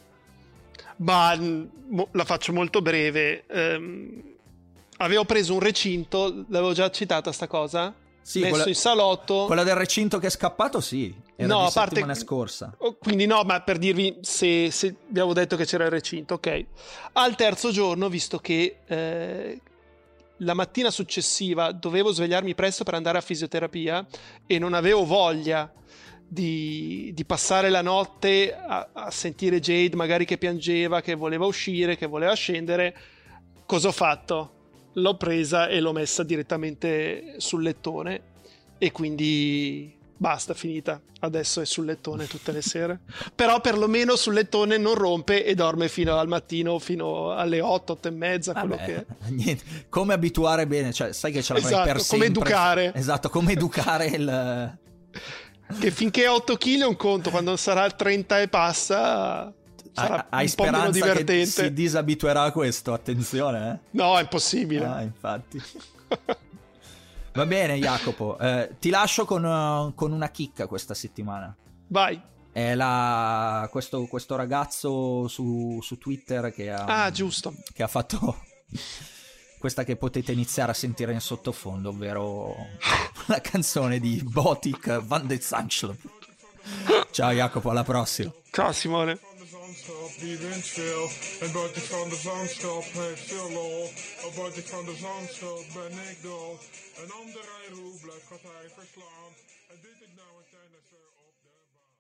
La faccio molto breve. Avevo preso un recinto, l'avevo già citata sta cosa? Sì, messo in salotto. Quella del recinto che è scappato, sì. Era di settimana scorsa. Quindi no, ma per dirvi se abbiamo detto che c'era il recinto, ok. Al terzo giorno, visto che la mattina successiva dovevo svegliarmi presto per andare a fisioterapia e non avevo voglia di passare la notte a sentire Jade magari che piangeva, che voleva uscire, che voleva scendere, cosa ho fatto? L'ho presa e l'ho messa direttamente sul lettone e quindi basta, finita. Adesso è sul lettone tutte le sere. Però perlomeno sul lettone non rompe e dorme fino al mattino, fino alle 8, 8 e mezza, quello che è. Niente. Come abituare bene, cioè sai che ce l'avrai per sempre. Come educare. Esatto, come educare il... Che finché ha 8 kg è un conto, quando sarà al 30 e passa... sarà hai un po' meno divertente. Che si disabituerà a questo, attenzione. No, è impossibile. Infatti. Va bene Jacopo, ti lascio con una chicca questa settimana. Vai. È questo ragazzo su Twitter che ha... giusto. Che ha fatto questa che potete iniziare a sentire in sottofondo, ovvero la canzone di Botik Van de Zanschel. Ciao Jacopo, alla prossima. Ciao Simone. Die wind veel en buiten van de zandschap heeft veel lol. Buiten van de zandschap ben ik dol. Een ander rijroe blijft gaat hij verslaan. En dit ik nou een tennisser op de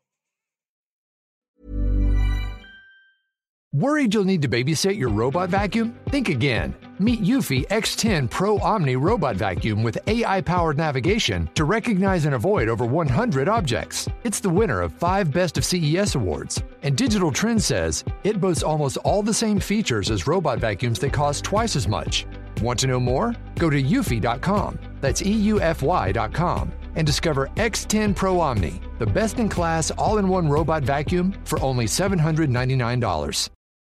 baan. Worried you'll need to babysit your robot vacuum? Think again. Meet Eufy X10 Pro Omni Robot Vacuum with AI-powered navigation to recognize and avoid over 100 objects. It's the winner of 5 Best of CES awards. And Digital Trends says it boasts almost all the same features as robot vacuums that cost twice as much. Want to know more? Go to eufy.com. That's EUFY.com. And discover X10 Pro Omni, the best-in-class all-in-one robot vacuum for only $799.